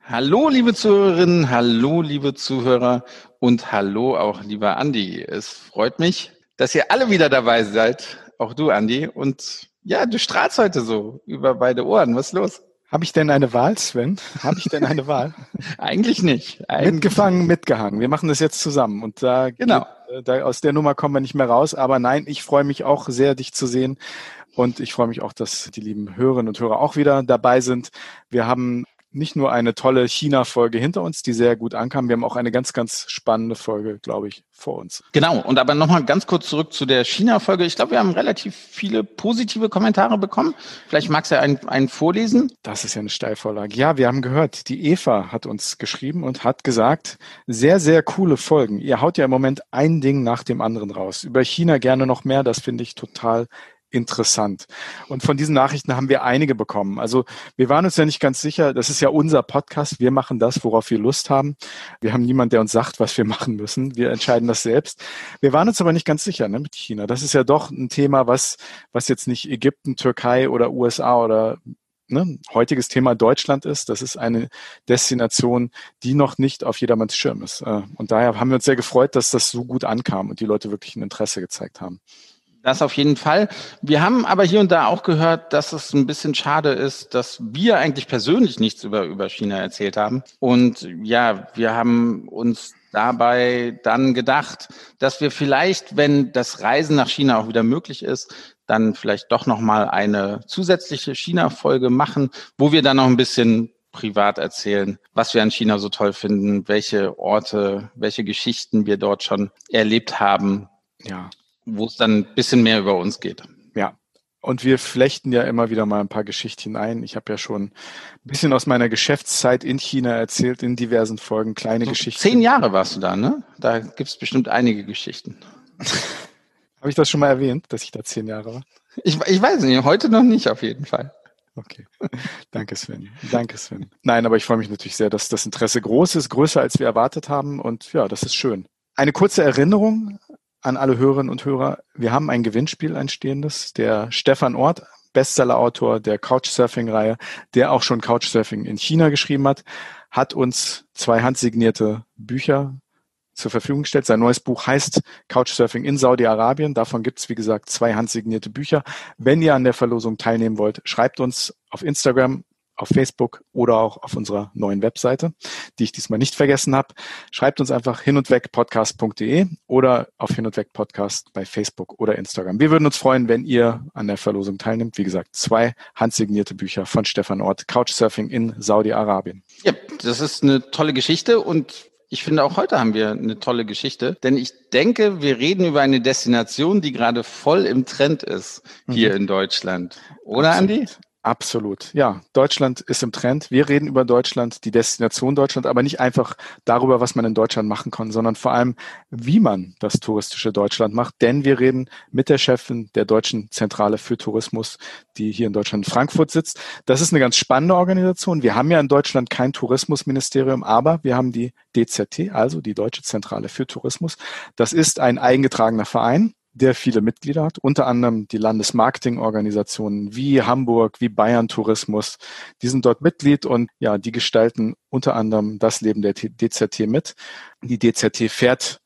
Hallo, liebe Zuhörerinnen, hallo, liebe Zuhörer und hallo auch, lieber Andi. Es freut mich, dass ihr alle wieder dabei seid, auch du, Andi. Und ja, du strahlst heute so über beide Ohren. Was ist los? Habe ich denn eine Wahl, Sven? Habe ich denn eine Wahl? Eigentlich nicht. Mitgefangen, mitgehangen. Wir machen das jetzt zusammen. Und Genau. aus der Nummer kommen wir nicht mehr raus. Aber nein, ich freue mich auch sehr, dich zu sehen. Und ich freue mich auch, dass die lieben Hörerinnen und Hörer auch wieder dabei sind. Wir haben nicht nur eine tolle China-Folge hinter uns, die sehr gut ankam. Wir haben auch eine ganz, ganz spannende Folge, glaube ich, vor uns. Genau. Und aber nochmal ganz kurz zurück zu der China-Folge. Ich glaube, wir haben relativ viele positive Kommentare bekommen. Vielleicht magst du einen vorlesen. Das ist ja eine Steilvorlage. Ja, wir haben gehört, die Eva hat uns geschrieben und hat gesagt, sehr, sehr coole Folgen. Ihr haut ja im Moment ein Ding nach dem anderen raus. Über China gerne noch mehr. Das finde ich total interessant. Und von diesen Nachrichten haben wir einige bekommen. Also wir waren uns ja nicht ganz sicher, das ist ja unser Podcast, wir machen das, worauf wir Lust haben. Wir haben niemanden, der uns sagt, was wir machen müssen. Wir entscheiden das selbst. Wir waren uns aber nicht ganz sicher mit China. Das ist ja doch ein Thema, was jetzt nicht Ägypten, Türkei oder USA oder heutiges Thema Deutschland ist. Das ist eine Destination, die noch nicht auf jedermanns Schirm ist. Und daher haben wir uns sehr gefreut, dass das so gut ankam und die Leute wirklich ein Interesse gezeigt haben. Das auf jeden Fall. Wir haben aber hier und da auch gehört, dass es ein bisschen schade ist, dass wir eigentlich persönlich nichts über China erzählt haben. Und ja, wir haben uns dabei dann gedacht, dass wir vielleicht, wenn das Reisen nach China auch wieder möglich ist, dann vielleicht doch nochmal eine zusätzliche China-Folge machen, wo wir dann noch ein bisschen privat erzählen, was wir an China so toll finden, welche Orte, welche Geschichten wir dort schon erlebt haben. Ja. Wo es dann ein bisschen mehr über uns geht. Ja, und wir flechten ja immer wieder mal ein paar Geschichten ein. Ich habe ja schon ein bisschen aus meiner Geschäftszeit in China erzählt, in diversen Folgen, kleine Geschichten. 10 Jahre warst du da, ne? Da gibt es bestimmt einige Geschichten. Habe ich das schon mal erwähnt, dass ich da 10 Jahre war? Ich weiß nicht, heute noch nicht auf jeden Fall. Okay, danke Sven. Danke Sven. Nein, aber ich freue mich natürlich sehr, dass das Interesse groß ist, größer als wir erwartet haben und ja, das ist schön. Eine kurze Erinnerung an alle Hörerinnen und Hörer. Wir haben ein Gewinnspiel, ein stehendes. Der Stefan Ort, Bestseller-Autor der Couchsurfing-Reihe, der auch schon Couchsurfing in China geschrieben hat uns 2 handsignierte Bücher zur Verfügung gestellt. Sein neues Buch heißt Couchsurfing in Saudi-Arabien. Davon gibt es, wie gesagt, 2 handsignierte Bücher. Wenn ihr an der Verlosung teilnehmen wollt, schreibt uns auf Instagram, auf Facebook oder auch auf unserer neuen Webseite, die ich diesmal nicht vergessen habe. Schreibt uns einfach hinundwegpodcast.de oder auf hinundwegpodcast bei Facebook oder Instagram. Wir würden uns freuen, wenn ihr an der Verlosung teilnimmt. Wie gesagt, 2 handsignierte Bücher von Stefan Ort, Couchsurfing in Saudi-Arabien. Ja, das ist eine tolle Geschichte und ich finde, auch heute haben wir eine tolle Geschichte, denn ich denke, wir reden über eine Destination, die gerade voll im Trend ist hier in Deutschland. Oder, Absolut. Andi? Absolut. Ja, Deutschland ist im Trend. Wir reden über Deutschland, die Destination Deutschland, aber nicht einfach darüber, was man in Deutschland machen kann, sondern vor allem, wie man das touristische Deutschland macht. Denn wir reden mit der Chefin der Deutschen Zentrale für Tourismus, die hier in Deutschland in Frankfurt sitzt. Das ist eine ganz spannende Organisation. Wir haben ja in Deutschland kein Tourismusministerium, aber wir haben die DZT, also die Deutsche Zentrale für Tourismus. Das ist ein eingetragener Verein, der viele Mitglieder hat, unter anderem die Landesmarketingorganisationen wie Hamburg, wie Bayern Tourismus. Die sind dort Mitglied und ja, die gestalten unter anderem das Leben der DZT mit. Die DZT fährt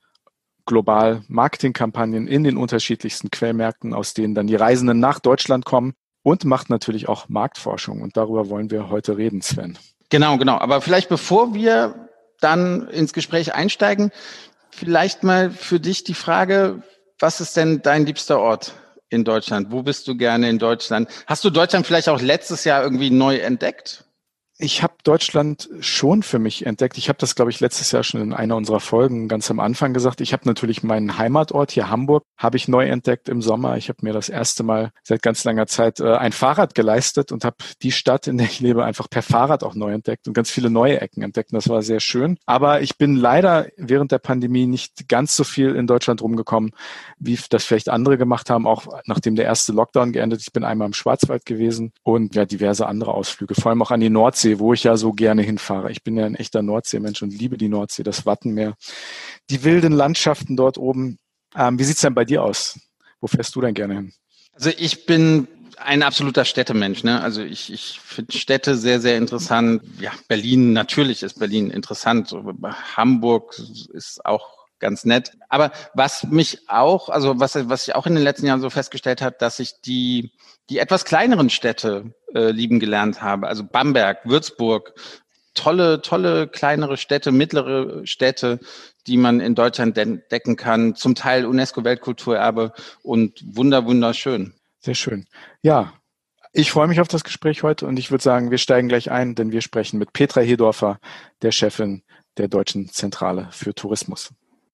global Marketingkampagnen in den unterschiedlichsten Quellmärkten, aus denen dann die Reisenden nach Deutschland kommen und macht natürlich auch Marktforschung. Und darüber wollen wir heute reden, Sven. Genau. Aber vielleicht bevor wir dann ins Gespräch einsteigen, vielleicht mal für dich die Frage, was ist denn dein liebster Ort in Deutschland? Wo bist du gerne in Deutschland? Hast du Deutschland vielleicht auch letztes Jahr irgendwie neu entdeckt? Ich habe Deutschland schon für mich entdeckt. Ich habe das, glaube ich, letztes Jahr schon in einer unserer Folgen ganz am Anfang gesagt. Ich habe natürlich meinen Heimatort hier Hamburg, habe ich neu entdeckt im Sommer. Ich habe mir das erste Mal seit ganz langer Zeit ein Fahrrad geleistet und habe die Stadt, in der ich lebe, einfach per Fahrrad auch neu entdeckt und ganz viele neue Ecken entdeckt. Und das war sehr schön. Aber ich bin leider während der Pandemie nicht ganz so viel in Deutschland rumgekommen, wie das vielleicht andere gemacht haben, auch nachdem der erste Lockdown geendet. Ich bin einmal im Schwarzwald gewesen und ja, diverse andere Ausflüge, vor allem auch an die Nordsee, wo ich ja so gerne hinfahre. Ich bin ja ein echter Nordseemensch und liebe die Nordsee, das Wattenmeer, die wilden Landschaften dort oben. Wie sieht's denn bei dir aus? Wo fährst du denn gerne hin? Also ich bin ein absoluter Städtemensch, ne? Also ich finde Städte sehr, sehr interessant. Ja, Berlin, natürlich ist Berlin interessant. Hamburg ist auch ganz nett. Aber was mich auch, also was ich auch in den letzten Jahren so festgestellt habe, dass ich die etwas kleineren Städte lieben gelernt habe. Also Bamberg, Würzburg, tolle kleinere Städte, mittlere Städte, die man in Deutschland entdecken kann. Zum Teil UNESCO-Weltkulturerbe und wunderschön. Sehr schön. Ja, ich freue mich auf das Gespräch heute und ich würde sagen, wir steigen gleich ein, denn wir sprechen mit Petra Hedorfer, der Chefin der Deutschen Zentrale für Tourismus.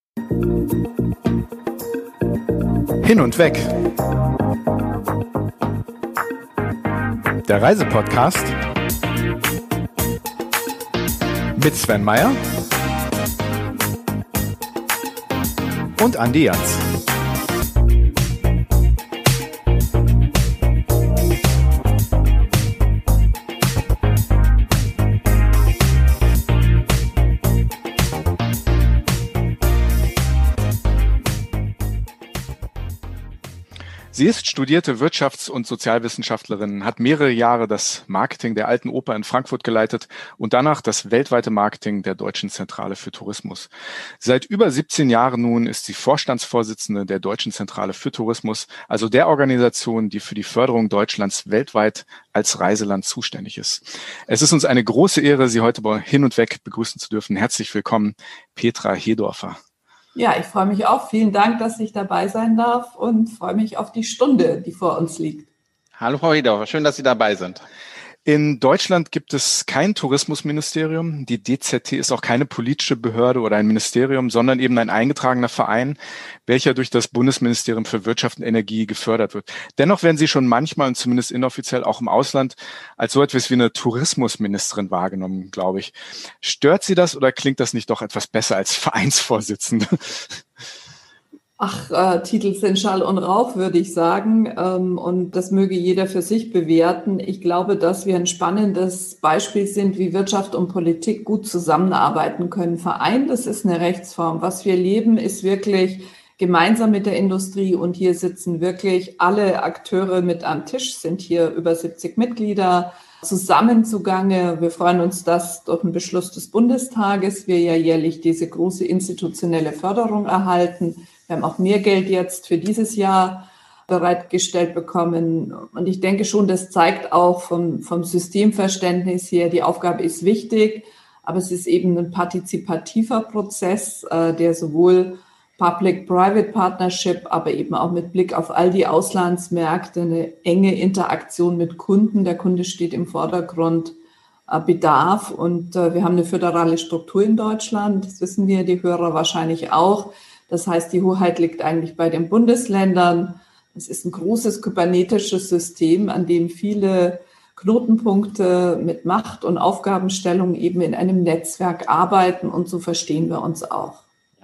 Hin und weg. Der Reisepodcast mit Sven Meyer und Andi Jans. Sie ist studierte Wirtschafts- und Sozialwissenschaftlerin, hat mehrere Jahre das Marketing der Alten Oper in Frankfurt geleitet und danach das weltweite Marketing der Deutschen Zentrale für Tourismus. Seit über 17 Jahren nun ist sie Vorstandsvorsitzende der Deutschen Zentrale für Tourismus, also der Organisation, die für die Förderung Deutschlands weltweit als Reiseland zuständig ist. Es ist uns eine große Ehre, Sie heute bei Hin und Weg begrüßen zu dürfen. Herzlich willkommen, Petra Hedorfer. Ja, ich freue mich auch. Vielen Dank, dass ich dabei sein darf und freue mich auf die Stunde, die vor uns liegt. Hallo Frau Hedorfer, schön, dass Sie dabei sind. In Deutschland gibt es kein Tourismusministerium. Die DZT ist auch keine politische Behörde oder ein Ministerium, sondern eben ein eingetragener Verein, welcher durch das Bundesministerium für Wirtschaft und Energie gefördert wird. Dennoch werden Sie schon manchmal und zumindest inoffiziell auch im Ausland als so etwas wie eine Tourismusministerin wahrgenommen, glaube ich. Stört Sie das oder klingt das nicht doch etwas besser als Vereinsvorsitzende? Titel sind Schall und Rauch, würde ich sagen. Und das möge jeder für sich bewerten. Ich glaube, dass wir ein spannendes Beispiel sind, wie Wirtschaft und Politik gut zusammenarbeiten können. Verein, das ist eine Rechtsform. Was wir leben, ist wirklich gemeinsam mit der Industrie. Und hier sitzen wirklich alle Akteure mit am Tisch, sind hier über 70 Mitglieder zusammen zugange. Wir freuen uns, dass durch einen Beschluss des Bundestages wir ja jährlich diese große institutionelle Förderung erhalten. Wir haben auch mehr Geld jetzt für dieses Jahr bereitgestellt bekommen. Und ich denke schon, das zeigt auch vom Systemverständnis her, die Aufgabe ist wichtig, aber es ist eben ein partizipativer Prozess, der sowohl Public-Private Partnership, aber eben auch mit Blick auf all die Auslandsmärkte, eine enge Interaktion mit Kunden. Der Kunde steht im Vordergrund, bedarf. Und wir haben eine föderale Struktur in Deutschland. Das wissen wir, die Hörer wahrscheinlich auch. Das heißt, die Hoheit liegt eigentlich bei den Bundesländern. Es ist ein großes kybernetisches System, an dem viele Knotenpunkte mit Macht- und Aufgabenstellung eben in einem Netzwerk arbeiten. Und so verstehen wir uns auch.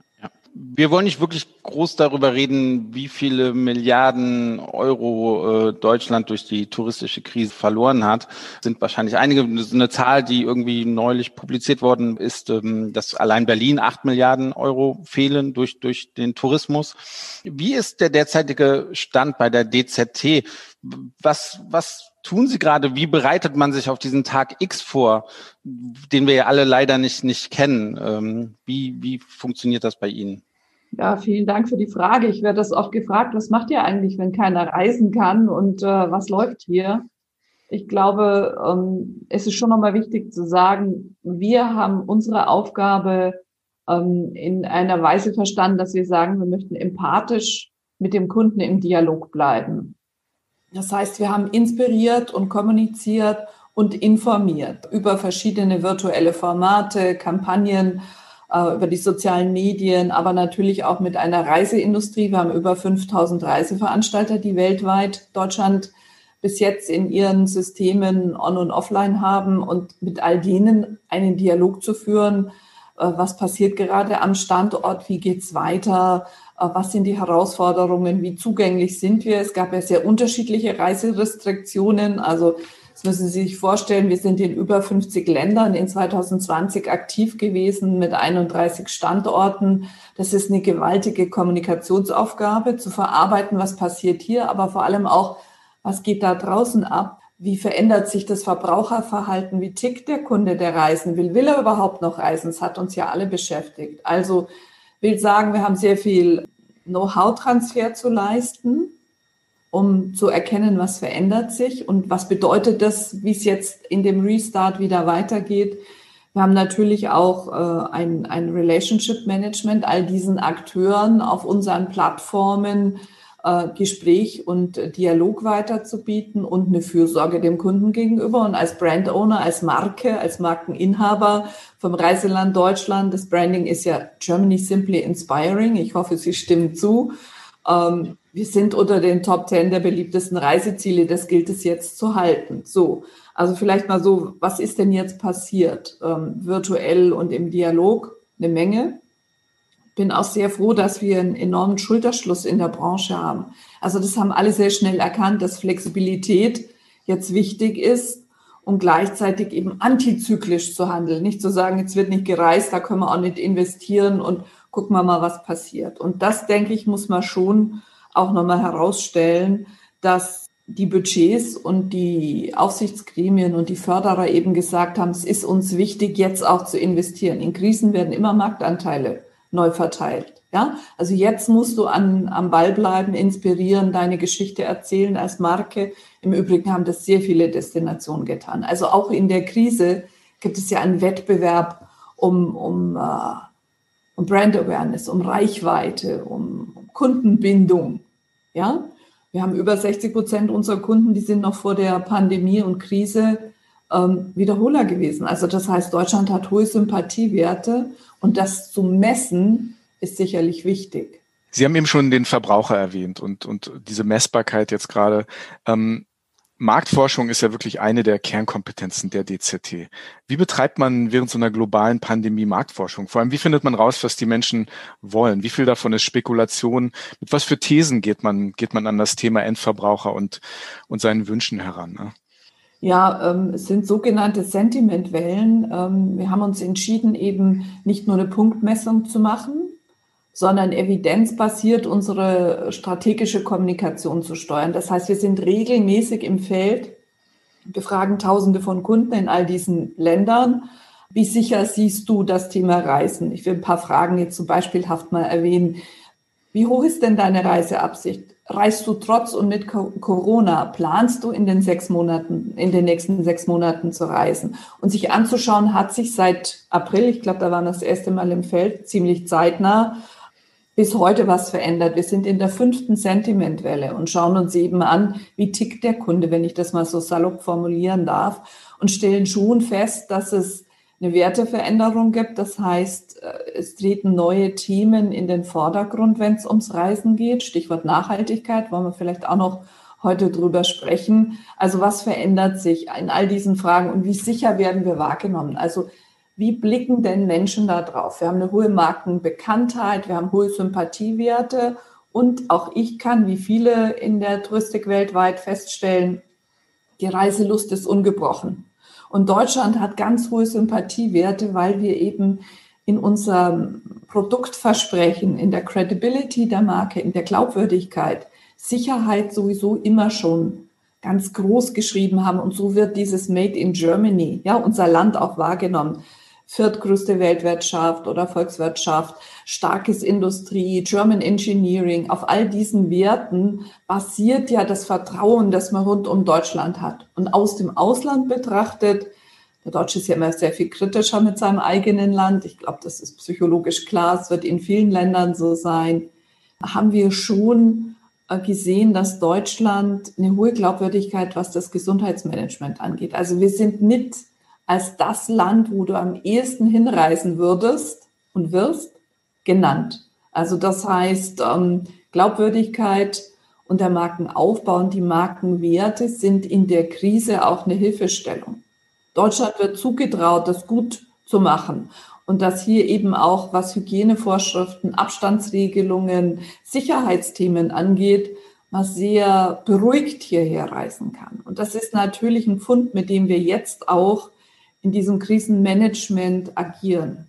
Wir wollen nicht wirklich groß darüber reden, wie viele Milliarden Euro Deutschland durch die touristische Krise verloren hat. Sind wahrscheinlich einige, eine Zahl, die irgendwie neulich publiziert worden ist, dass allein Berlin 8 Milliarden Euro fehlen durch den Tourismus. Wie ist der derzeitige Stand bei der DZT? Was tun Sie gerade? Wie bereitet man sich auf diesen Tag X vor, den wir ja alle leider nicht kennen? Wie funktioniert das bei Ihnen? Ja, vielen Dank für die Frage. Ich werde das oft gefragt, was macht ihr eigentlich, wenn keiner reisen kann und was läuft hier? Ich glaube, es ist schon nochmal wichtig zu sagen, wir haben unsere Aufgabe in einer Weise verstanden, dass wir sagen, wir möchten empathisch mit dem Kunden im Dialog bleiben. Das heißt, wir haben inspiriert und kommuniziert und informiert über verschiedene virtuelle Formate, Kampagnen, über die sozialen Medien, aber natürlich auch mit einer Reiseindustrie. Wir haben über 5000 Reiseveranstalter, die weltweit Deutschland bis jetzt in ihren Systemen on- und offline haben und mit all denen einen Dialog zu führen. Was passiert gerade am Standort? Wie geht's weiter? Was sind die Herausforderungen? Wie zugänglich sind wir? Es gab ja sehr unterschiedliche Reiserestriktionen. Also das müssen Sie sich vorstellen, wir sind in über 50 Ländern in 2020 aktiv gewesen mit 31 Standorten. Das ist eine gewaltige Kommunikationsaufgabe, zu verarbeiten, was passiert hier, aber vor allem auch Was geht da draußen ab? Wie verändert sich das Verbraucherverhalten? Wie tickt der Kunde, der reisen will? Will er überhaupt noch reisen? Das hat uns ja alle beschäftigt. Also will sagen, wir haben sehr viel Know-how-Transfer zu leisten, um zu erkennen, was verändert sich und was bedeutet das, wie es jetzt in dem Restart wieder weitergeht. Wir haben natürlich auch ein Relationship Management, all diesen Akteuren auf unseren Plattformen Gespräch und Dialog weiterzubieten und eine Fürsorge dem Kunden gegenüber. Und als Brand Owner, als Marke, als Markeninhaber vom Reiseland Deutschland, das Branding ist ja Germany Simply Inspiring. Ich hoffe, Sie stimmen zu. Wir sind unter den Top 10 der beliebtesten Reiseziele. Das gilt es jetzt zu halten. So, also vielleicht mal so, was ist denn jetzt passiert? Virtuell und im Dialog eine Menge. Bin auch sehr froh, dass wir einen enormen Schulterschluss in der Branche haben. Also das haben alle sehr schnell erkannt, dass Flexibilität jetzt wichtig ist und gleichzeitig eben antizyklisch zu handeln. Nicht zu sagen, jetzt wird nicht gereist, da können wir auch nicht investieren und gucken wir mal, was passiert. Und das, denke ich, muss man schon auch nochmal herausstellen, dass die Budgets und die Aufsichtsgremien und die Förderer eben gesagt haben, es ist uns wichtig, jetzt auch zu investieren. In Krisen werden immer Marktanteile neu verteilt. Ja, also jetzt musst du am Ball bleiben, inspirieren, deine Geschichte erzählen als Marke. Im Übrigen haben das sehr viele Destinationen getan. Also auch in der Krise gibt es ja einen Wettbewerb um Brand Awareness, um Reichweite, um Kundenbindung. Ja, wir haben über 60% unserer Kunden, die sind noch vor der Pandemie und Krise Wiederholer gewesen. Also das heißt, Deutschland hat hohe Sympathiewerte und das zu messen ist sicherlich wichtig. Sie haben eben schon den Verbraucher erwähnt und diese Messbarkeit jetzt gerade. Marktforschung ist ja wirklich eine der Kernkompetenzen der DZT. Wie betreibt man während so einer globalen Pandemie Marktforschung? Vor allem, wie findet man raus, was die Menschen wollen? Wie viel davon ist Spekulation? Mit was für Thesen geht man an das Thema Endverbraucher und seinen Wünschen heran? Ne? Ja, es sind sogenannte Sentimentwellen. Wir haben uns entschieden, eben nicht nur eine Punktmessung zu machen, sondern evidenzbasiert unsere strategische Kommunikation zu steuern. Das heißt, wir sind regelmäßig im Feld, befragen Tausende von Kunden in all diesen Ländern. Wie sicher siehst du das Thema Reisen? Ich will ein paar Fragen jetzt zum beispielhaft mal erwähnen. Wie hoch ist denn deine Reiseabsicht? Reist du trotz und mit Corona? Planst du in den nächsten 6 Monaten zu reisen? Und sich anzuschauen, hat sich seit April, ich glaube, da waren wir das erste Mal im Feld, ziemlich zeitnah, bis heute was verändert. Wir sind in der 5. Sentimentwelle und schauen uns eben an, wie tickt der Kunde, wenn ich das mal so salopp formulieren darf, und stellen schon fest, dass es eine Werteveränderung gibt. Das heißt, es treten neue Themen in den Vordergrund, wenn es ums Reisen geht. Stichwort Nachhaltigkeit, wollen wir vielleicht auch noch heute drüber sprechen. Also was verändert sich in all diesen Fragen und wie sicher werden wir wahrgenommen? Also wie blicken denn Menschen da drauf? Wir haben eine hohe Markenbekanntheit, wir haben hohe Sympathiewerte und auch ich kann, wie viele in der Touristik weltweit, feststellen, die Reiselust ist ungebrochen. Und Deutschland hat ganz hohe Sympathiewerte, weil wir eben in unserem Produktversprechen, in der Credibility der Marke, in der Glaubwürdigkeit, Sicherheit sowieso immer schon ganz groß geschrieben haben. Und so wird dieses Made in Germany, ja, unser Land auch wahrgenommen. 4. größte Weltwirtschaft oder Volkswirtschaft, starkes Industrie, German Engineering. Auf all diesen Werten basiert ja das Vertrauen, das man rund um Deutschland hat. Und aus dem Ausland betrachtet, der Deutsche ist ja immer sehr viel kritischer mit seinem eigenen Land. Ich glaube, das ist psychologisch klar. Es wird in vielen Ländern so sein. Haben wir schon gesehen, dass Deutschland eine hohe Glaubwürdigkeit, was das Gesundheitsmanagement angeht. Also wir sind mit als das Land, wo du am ehesten hinreisen würdest und wirst, genannt. Also das heißt, Glaubwürdigkeit und der Markenaufbau und die Markenwerte sind in der Krise auch eine Hilfestellung. Deutschland wird zugetraut, das gut zu machen und dass hier eben auch, was Hygienevorschriften, Abstandsregelungen, Sicherheitsthemen angeht, man sehr beruhigt hierher reisen kann. Und das ist natürlich ein Pfund, mit dem wir jetzt auch in diesem Krisenmanagement agieren.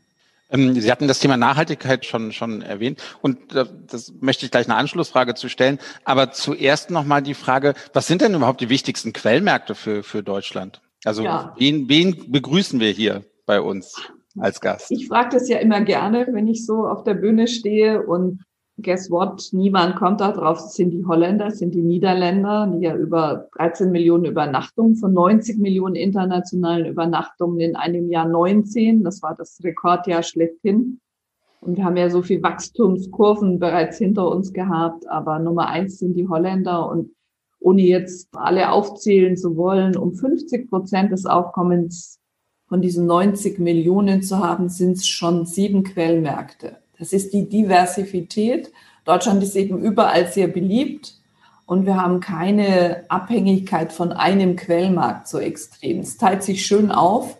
Sie hatten das Thema Nachhaltigkeit schon erwähnt und das möchte ich gleich eine Anschlussfrage zu stellen. Aber zuerst nochmal die Frage, was sind denn überhaupt die wichtigsten Quellmärkte für Deutschland? Also Ja. wen begrüßen wir hier bei uns als Gast? Ich frage das ja immer gerne, wenn ich so auf der Bühne stehe und guess what? Niemand kommt da drauf. Es sind die Holländer, es sind die Niederländer, die ja über 13 Millionen Übernachtungen von 90 Millionen internationalen Übernachtungen in einem Jahr 19. Das war das Rekordjahr schlechthin. Und wir haben ja so viel Wachstumskurven bereits hinter uns gehabt. Aber Nummer 1 sind die Holländer. Und ohne jetzt alle aufzählen zu wollen, um 50% des Aufkommens von diesen 90 Millionen zu haben, sind es schon 7 Quellmärkte. Das ist die Diversität. Deutschland ist eben überall sehr beliebt und wir haben keine Abhängigkeit von einem Quellmarkt so extrem. Es teilt sich schön auf.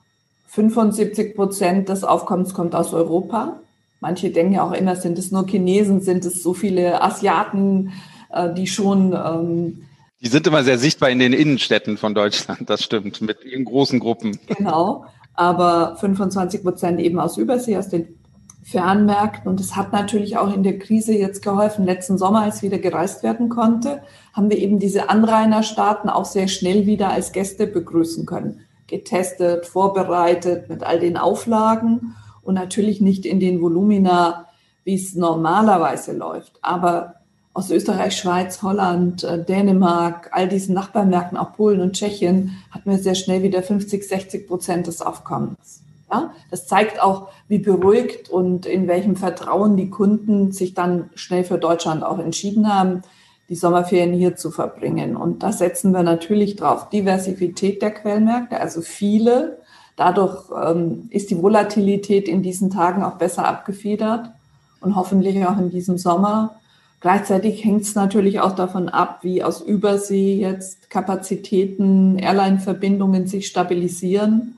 75% des Aufkommens kommt aus Europa. Manche denken ja auch immer, sind es nur Chinesen, sind es so viele Asiaten, die schon... Die sind immer sehr sichtbar in den Innenstädten von Deutschland, das stimmt, mit ihren großen Gruppen. Genau, aber 25% eben aus Übersee, aus den Fernmärkten. Und es hat natürlich auch in der Krise jetzt geholfen. Letzten Sommer, als wieder gereist werden konnte, haben wir eben diese Anrainerstaaten auch sehr schnell wieder als Gäste begrüßen können. Getestet, vorbereitet mit all den Auflagen und natürlich nicht in den Volumina, wie es normalerweise läuft. Aber aus Österreich, Schweiz, Holland, Dänemark, all diesen Nachbarmärkten, auch Polen und Tschechien, hatten wir sehr schnell wieder 50-60% des Aufkommens. Ja, das zeigt auch, wie beruhigt und in welchem Vertrauen die Kunden sich dann schnell für Deutschland auch entschieden haben, die Sommerferien hier zu verbringen. Und da setzen wir natürlich drauf. Diversität der Quellmärkte, also viele. Dadurch ist die Volatilität in diesen Tagen auch besser abgefedert und hoffentlich auch in diesem Sommer. Gleichzeitig hängt es natürlich auch davon ab, wie aus Übersee jetzt Kapazitäten, Airline-Verbindungen sich stabilisieren.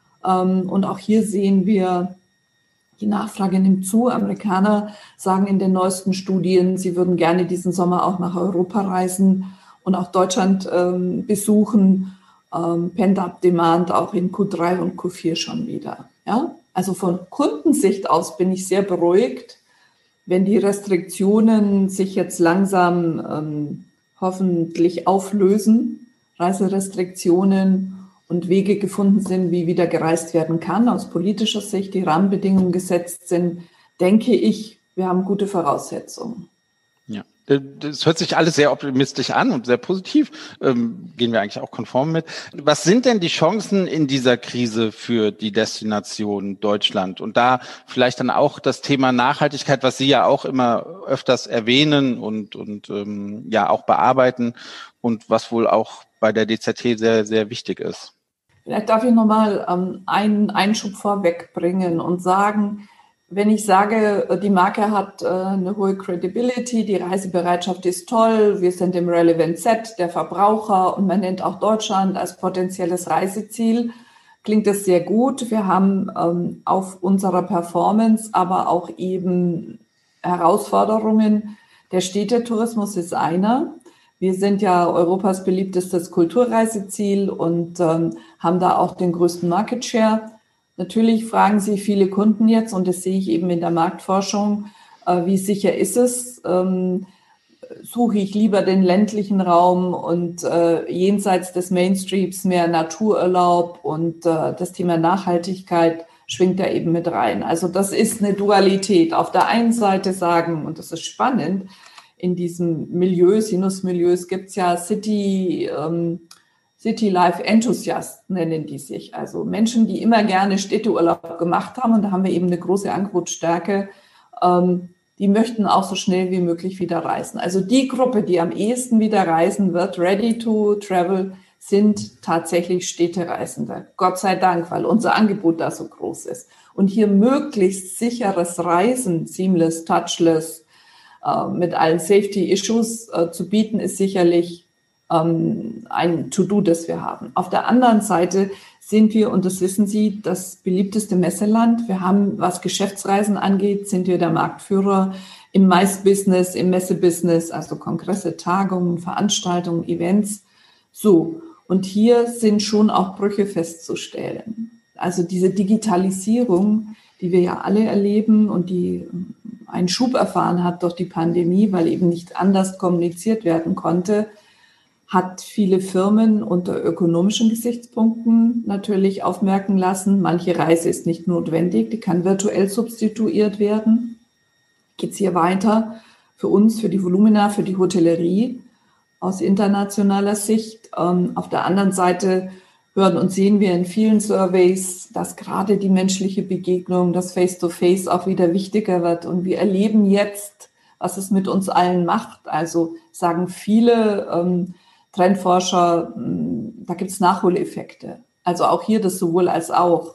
Und auch hier sehen wir, die Nachfrage nimmt zu. Amerikaner sagen in den neuesten Studien, sie würden gerne diesen Sommer auch nach Europa reisen und auch Deutschland besuchen. Pent-up-Demand auch in Q3 und Q4 schon wieder. Ja? Also von Kundensicht aus bin ich sehr beruhigt, wenn die Restriktionen sich jetzt langsam hoffentlich auflösen, Reiserestriktionen und Wege gefunden sind, wie wieder gereist werden kann, aus politischer Sicht die Rahmenbedingungen gesetzt sind, denke ich, wir haben gute Voraussetzungen. Ja, das hört sich alles sehr optimistisch an und sehr positiv. Gehen wir eigentlich auch konform mit. Was sind denn die Chancen in dieser Krise für die Destination Deutschland? Und da vielleicht dann auch das Thema Nachhaltigkeit, was Sie ja auch immer öfters erwähnen und ja auch bearbeiten und was wohl auch bei der DZT sehr, sehr wichtig ist. Vielleicht darf ich nochmal einen Einschub vorwegbringen und sagen, wenn ich sage, die Marke hat eine hohe Credibility, die Reisebereitschaft ist toll, wir sind im Relevant Set der Verbraucher und man nennt auch Deutschland als potenzielles Reiseziel, klingt das sehr gut. Wir haben auf unserer Performance aber auch eben Herausforderungen. Der Städtetourismus ist einer. Wir sind ja Europas beliebtestes Kulturreiseziel und haben da auch den größten Market Share. Natürlich fragen sich viele Kunden jetzt, und das sehe ich eben in der Marktforschung, wie sicher ist es? Suche ich lieber den ländlichen Raum und jenseits des Mainstreams mehr Natururlaub und das Thema Nachhaltigkeit schwingt da eben mit rein. Also das ist eine Dualität. Auf der einen Seite sagen, und das ist spannend, in diesem Milieu, Sinus-Milieus gibt es ja City Life Enthusiasts nennen die sich. Also Menschen, die immer gerne Städteurlaub gemacht haben. Und da haben wir eben eine große Angebotsstärke. Die möchten auch so schnell wie möglich wieder reisen. Also die Gruppe, die am ehesten wieder reisen wird, ready to travel, sind tatsächlich Städtereisende. Gott sei Dank, weil unser Angebot da so groß ist. Und hier möglichst sicheres Reisen, seamless, touchless, mit allen Safety-Issues zu bieten, ist sicherlich ein To-Do, das wir haben. Auf der anderen Seite sind wir, und das wissen Sie, das beliebteste Messeland. Wir haben, was Geschäftsreisen angeht, sind wir der Marktführer im MICE-Business, im Messe-Business, also Kongresse, Tagungen, Veranstaltungen, Events. So, und hier sind schon auch Brüche festzustellen. Also diese Digitalisierung, die wir ja alle erleben und die einen Schub erfahren hat durch die Pandemie, weil eben nicht anders kommuniziert werden konnte, hat viele Firmen unter ökonomischen Gesichtspunkten natürlich aufmerken lassen. Manche Reise ist nicht notwendig, die kann virtuell substituiert werden. Geht es hier weiter für uns, für die Volumina, für die Hotellerie aus internationaler Sicht. Auf der anderen Seite hören und sehen wir in vielen Surveys, dass gerade die menschliche Begegnung, das Face-to-Face auch wieder wichtiger wird. Und wir erleben jetzt, was es mit uns allen macht. Also sagen viele Trendforscher, da gibt es Nachholeffekte. Also auch hier das sowohl als auch.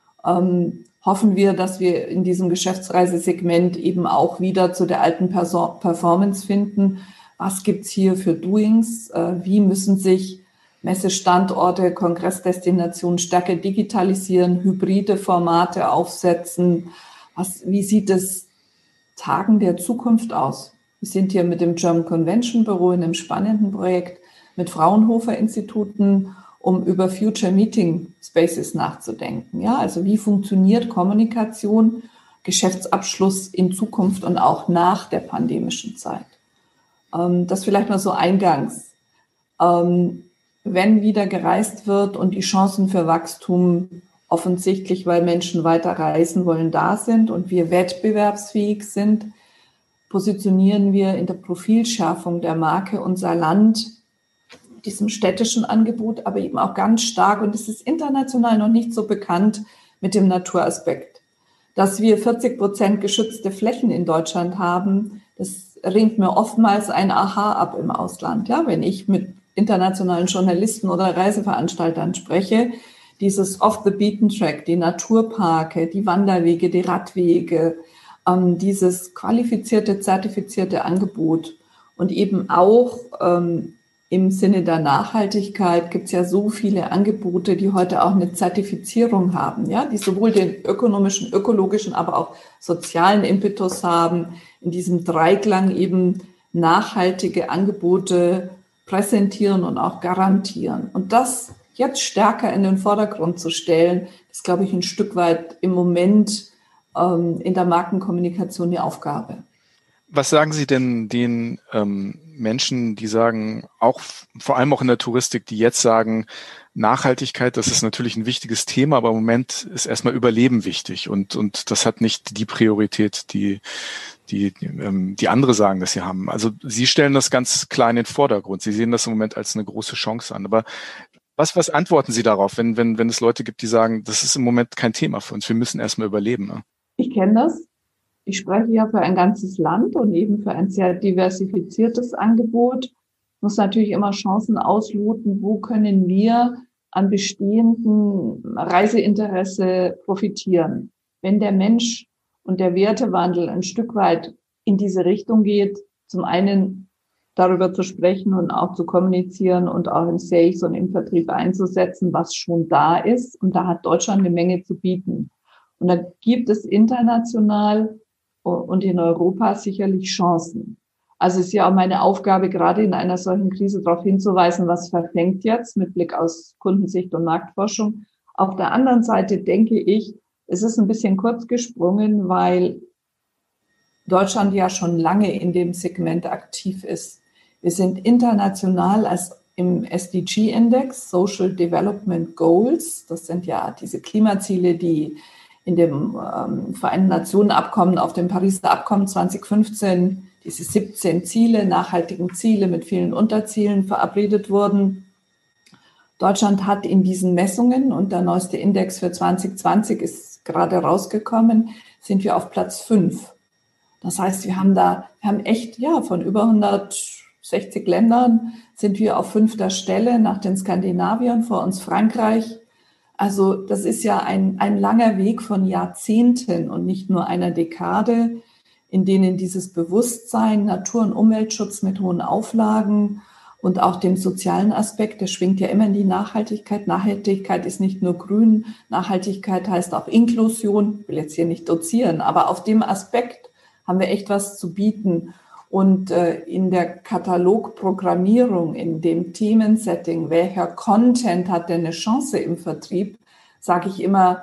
Hoffen wir, dass wir in diesem Geschäftsreisesegment eben auch wieder zu der alten Performance finden. Was gibt's hier für Doings? Wie müssen sich Messestandorte, Kongressdestinationen stärker digitalisieren, hybride Formate aufsetzen? Wie sieht es Tagen der Zukunft aus? Wir sind hier mit dem German Convention Büro in einem spannenden Projekt mit Fraunhofer-Instituten, um über Future Meeting Spaces nachzudenken. Ja, also wie funktioniert Kommunikation, Geschäftsabschluss in Zukunft und auch nach der pandemischen Zeit? Das vielleicht mal so eingangs. Wenn wieder gereist wird und die Chancen für Wachstum offensichtlich, weil Menschen weiter reisen wollen, da sind und wir wettbewerbsfähig sind, positionieren wir in der Profilschärfung der Marke unser Land, diesem städtischen Angebot, aber eben auch ganz stark, und es ist international noch nicht so bekannt, mit dem Naturaspekt. Dass wir 40% geschützte Flächen in Deutschland haben, das ringt mir oftmals ein Aha ab im Ausland. Ja, wenn ich mit internationalen Journalisten oder Reiseveranstaltern spreche, dieses Off-the-Beaten-Track, die Naturparke, die Wanderwege, die Radwege, dieses qualifizierte, zertifizierte Angebot und eben auch im Sinne der Nachhaltigkeit gibt es ja so viele Angebote, die heute auch eine Zertifizierung haben, ja, die sowohl den ökonomischen, ökologischen, aber auch sozialen Impetus haben, in diesem Dreiklang eben nachhaltige Angebote präsentieren und auch garantieren. Und das jetzt stärker in den Vordergrund zu stellen, ist, glaube ich, ein Stück weit im Moment in der Markenkommunikation die Aufgabe. Was sagen Sie denn den Menschen, die sagen, auch vor allem auch in der Touristik, die jetzt sagen, Nachhaltigkeit, das ist natürlich ein wichtiges Thema, aber im Moment ist erstmal Überleben wichtig und das hat nicht die Priorität, die andere sagen, dass sie haben. Also Sie stellen das ganz klar in den Vordergrund. Sie sehen das im Moment als eine große Chance an. Aber was antworten Sie darauf, wenn es Leute gibt, die sagen, das ist im Moment kein Thema für uns, wir müssen erstmal überleben? Ne? Ich kenne das. Ich spreche ja für ein ganzes Land und eben für ein sehr diversifiziertes Angebot. Muss natürlich immer Chancen ausloten, wo können wir an bestehenden Reiseinteresse profitieren. Wenn der Mensch und der Wertewandel ein Stück weit in diese Richtung geht, zum einen darüber zu sprechen und auch zu kommunizieren und auch im Sales und im Vertrieb einzusetzen, was schon da ist. Und da hat Deutschland eine Menge zu bieten. Und da gibt es international und in Europa sicherlich Chancen. Also es ist ja auch meine Aufgabe, gerade in einer solchen Krise darauf hinzuweisen, was verfängt jetzt mit Blick aus Kundensicht und Marktforschung. Auf der anderen Seite denke ich, es ist ein bisschen kurz gesprungen, weil Deutschland ja schon lange in dem Segment aktiv ist. Wir sind international als im SDG-Index, Social Development Goals, das sind ja diese Klimaziele, die in dem Vereinten Nationen Abkommen, auf dem Pariser Abkommen 2015, diese 17 Ziele, nachhaltigen Ziele mit vielen Unterzielen verabredet wurden. Deutschland hat in diesen Messungen, und der neueste Index für 2020 ist gerade rausgekommen, sind wir auf Platz 5. Das heißt, wir haben echt, ja, von über 160 Ländern sind wir auf 5. Stelle nach den Skandinaviern, vor uns Frankreich. Also das ist ja ein langer Weg von Jahrzehnten und nicht nur einer Dekade, in denen dieses Bewusstsein, Natur- und Umweltschutz mit hohen Auflagen und auch dem sozialen Aspekt, der schwingt ja immer in die Nachhaltigkeit. Nachhaltigkeit ist nicht nur grün, Nachhaltigkeit heißt auch Inklusion. Ich will jetzt hier nicht dozieren, aber auf dem Aspekt haben wir echt was zu bieten. Und in der Katalogprogrammierung, in dem Themensetting, welcher Content hat denn eine Chance im Vertrieb, sage ich immer,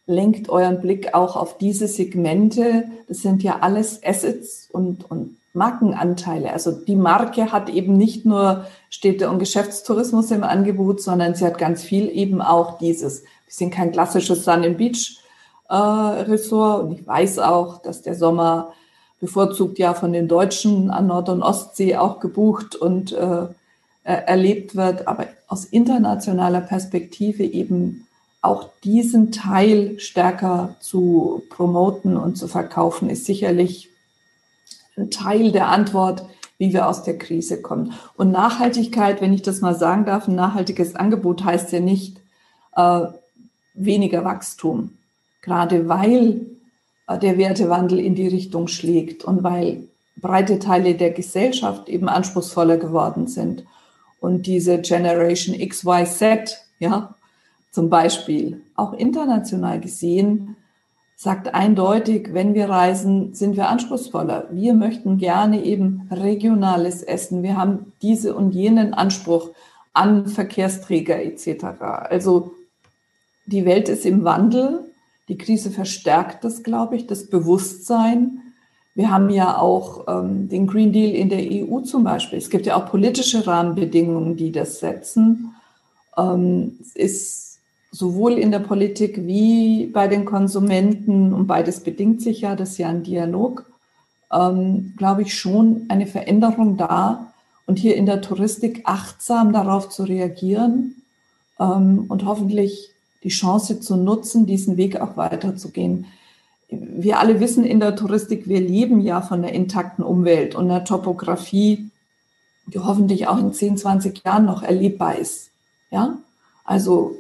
lenkt euren Blick auch auf diese Segmente. Das sind ja alles Assets und Markenanteile. Also die Marke hat eben nicht nur Städte- und Geschäftstourismus im Angebot, sondern sie hat ganz viel eben auch dieses. Wir sind kein klassisches Sun and Beach Ressort und ich weiß auch, dass der Sommer bevorzugt ja von den Deutschen an Nord- und Ostsee auch gebucht und erlebt wird, aber aus internationaler Perspektive eben auch diesen Teil stärker zu promoten und zu verkaufen, ist sicherlich ein Teil der Antwort, wie wir aus der Krise kommen. Und Nachhaltigkeit, wenn ich das mal sagen darf, ein nachhaltiges Angebot heißt ja nicht weniger Wachstum, gerade weil der Wertewandel in die Richtung schlägt und weil breite Teile der Gesellschaft eben anspruchsvoller geworden sind. Und diese Generation XYZ, ja, zum Beispiel, auch international gesehen, sagt eindeutig, wenn wir reisen, sind wir anspruchsvoller. Wir möchten gerne eben regionales Essen. Wir haben diese und jenen Anspruch an Verkehrsträger etc. Also die Welt ist im Wandel. Die Krise verstärkt das, glaube ich, das Bewusstsein. Wir haben ja auch den Green Deal in der EU zum Beispiel. Es gibt ja auch politische Rahmenbedingungen, die das setzen. Es ist sowohl in der Politik wie bei den Konsumenten, und beides bedingt sich ja, das ist ja ein Dialog, glaube ich, schon eine Veränderung da. Und hier in der Touristik achtsam darauf zu reagieren und hoffentlich die Chance zu nutzen, diesen Weg auch weiterzugehen. Wir alle wissen in der Touristik, wir leben ja von der intakten Umwelt und der Topografie, die hoffentlich auch in 10, 20 Jahren noch erlebbar ist. Ja, also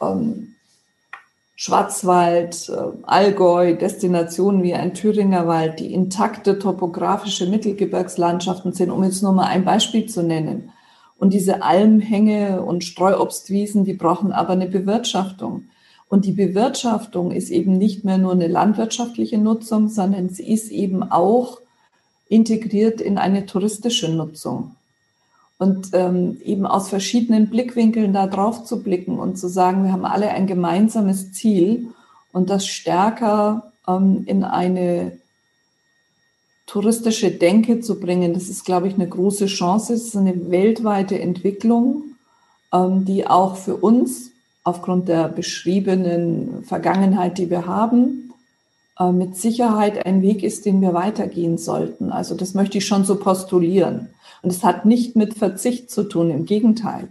Schwarzwald, Allgäu, Destinationen wie ein Thüringer Wald, die intakte topografische Mittelgebirgslandschaften sind, um jetzt nur mal ein Beispiel zu nennen. Und diese Almhänge und Streuobstwiesen, die brauchen aber eine Bewirtschaftung. Und die Bewirtschaftung ist eben nicht mehr nur eine landwirtschaftliche Nutzung, sondern sie ist eben auch integriert in eine touristische Nutzung. Und eben aus verschiedenen Blickwinkeln da drauf zu blicken und zu sagen, wir haben alle ein gemeinsames Ziel und das stärker in eine touristische Denke zu bringen, das ist, glaube ich, eine große Chance. Es ist eine weltweite Entwicklung, die auch für uns aufgrund der beschriebenen Vergangenheit, die wir haben, mit Sicherheit ein Weg ist, den wir weitergehen sollten. Also das möchte ich schon so postulieren. Und es hat nicht mit Verzicht zu tun, im Gegenteil.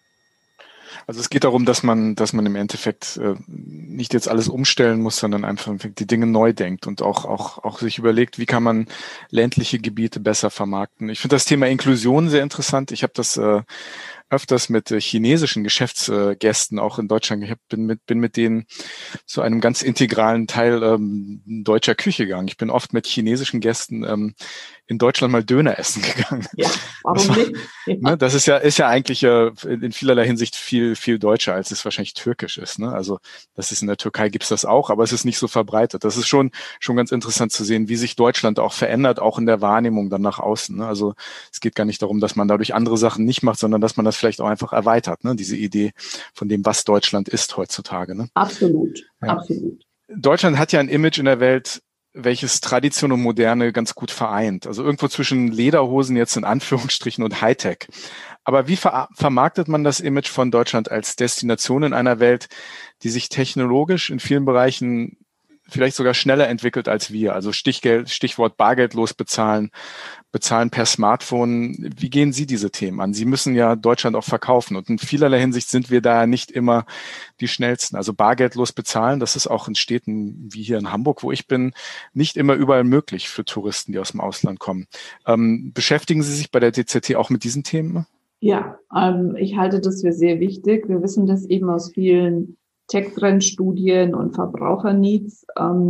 Also es geht darum, dass man im Endeffekt nicht jetzt alles umstellen muss, sondern einfach die Dinge neu denkt und auch sich überlegt, wie kann man ländliche Gebiete besser vermarkten. Ich finde das Thema Inklusion sehr interessant. Ich habe das öfters mit chinesischen Geschäftsgästen auch in Deutschland. Ich bin mit denen zu einem ganz integralen Teil deutscher Küche gegangen. Ich bin oft mit chinesischen Gästen in Deutschland mal Döner essen gegangen. Ja, warum nicht? Ja. Ne, das ist ja eigentlich in vielerlei Hinsicht viel deutscher, als es wahrscheinlich türkisch ist. Ne? Also das ist in der Türkei gibt's das auch, aber es ist nicht so verbreitet. Das ist schon ganz interessant zu sehen, wie sich Deutschland auch verändert, auch in der Wahrnehmung dann nach außen. Ne? Also es geht gar nicht darum, dass man dadurch andere Sachen nicht macht, sondern dass man das vielleicht auch einfach erweitert. Ne? Diese Idee von dem, was Deutschland ist heutzutage. Ne? Absolut, ja. Absolut. Deutschland hat ja ein Image in der Welt, welches Tradition und Moderne ganz gut vereint. Also irgendwo zwischen Lederhosen jetzt in Anführungsstrichen und Hightech. Aber wie vermarktet man das Image von Deutschland als Destination in einer Welt, die sich technologisch in vielen Bereichen vielleicht sogar schneller entwickelt als wir? Also Stichwort bargeldlos bezahlen per Smartphone. Wie gehen Sie diese Themen an? Sie müssen ja Deutschland auch verkaufen und in vielerlei Hinsicht sind wir da nicht immer die schnellsten. Also bargeldlos bezahlen, das ist auch in Städten wie hier in Hamburg, wo ich bin, nicht immer überall möglich für Touristen, die aus dem Ausland kommen. Beschäftigen Sie sich bei der DZT auch mit diesen Themen? Ja, ich halte das für sehr wichtig. Wir wissen das eben aus vielen Tech-Trend-Studien und Verbraucherneeds.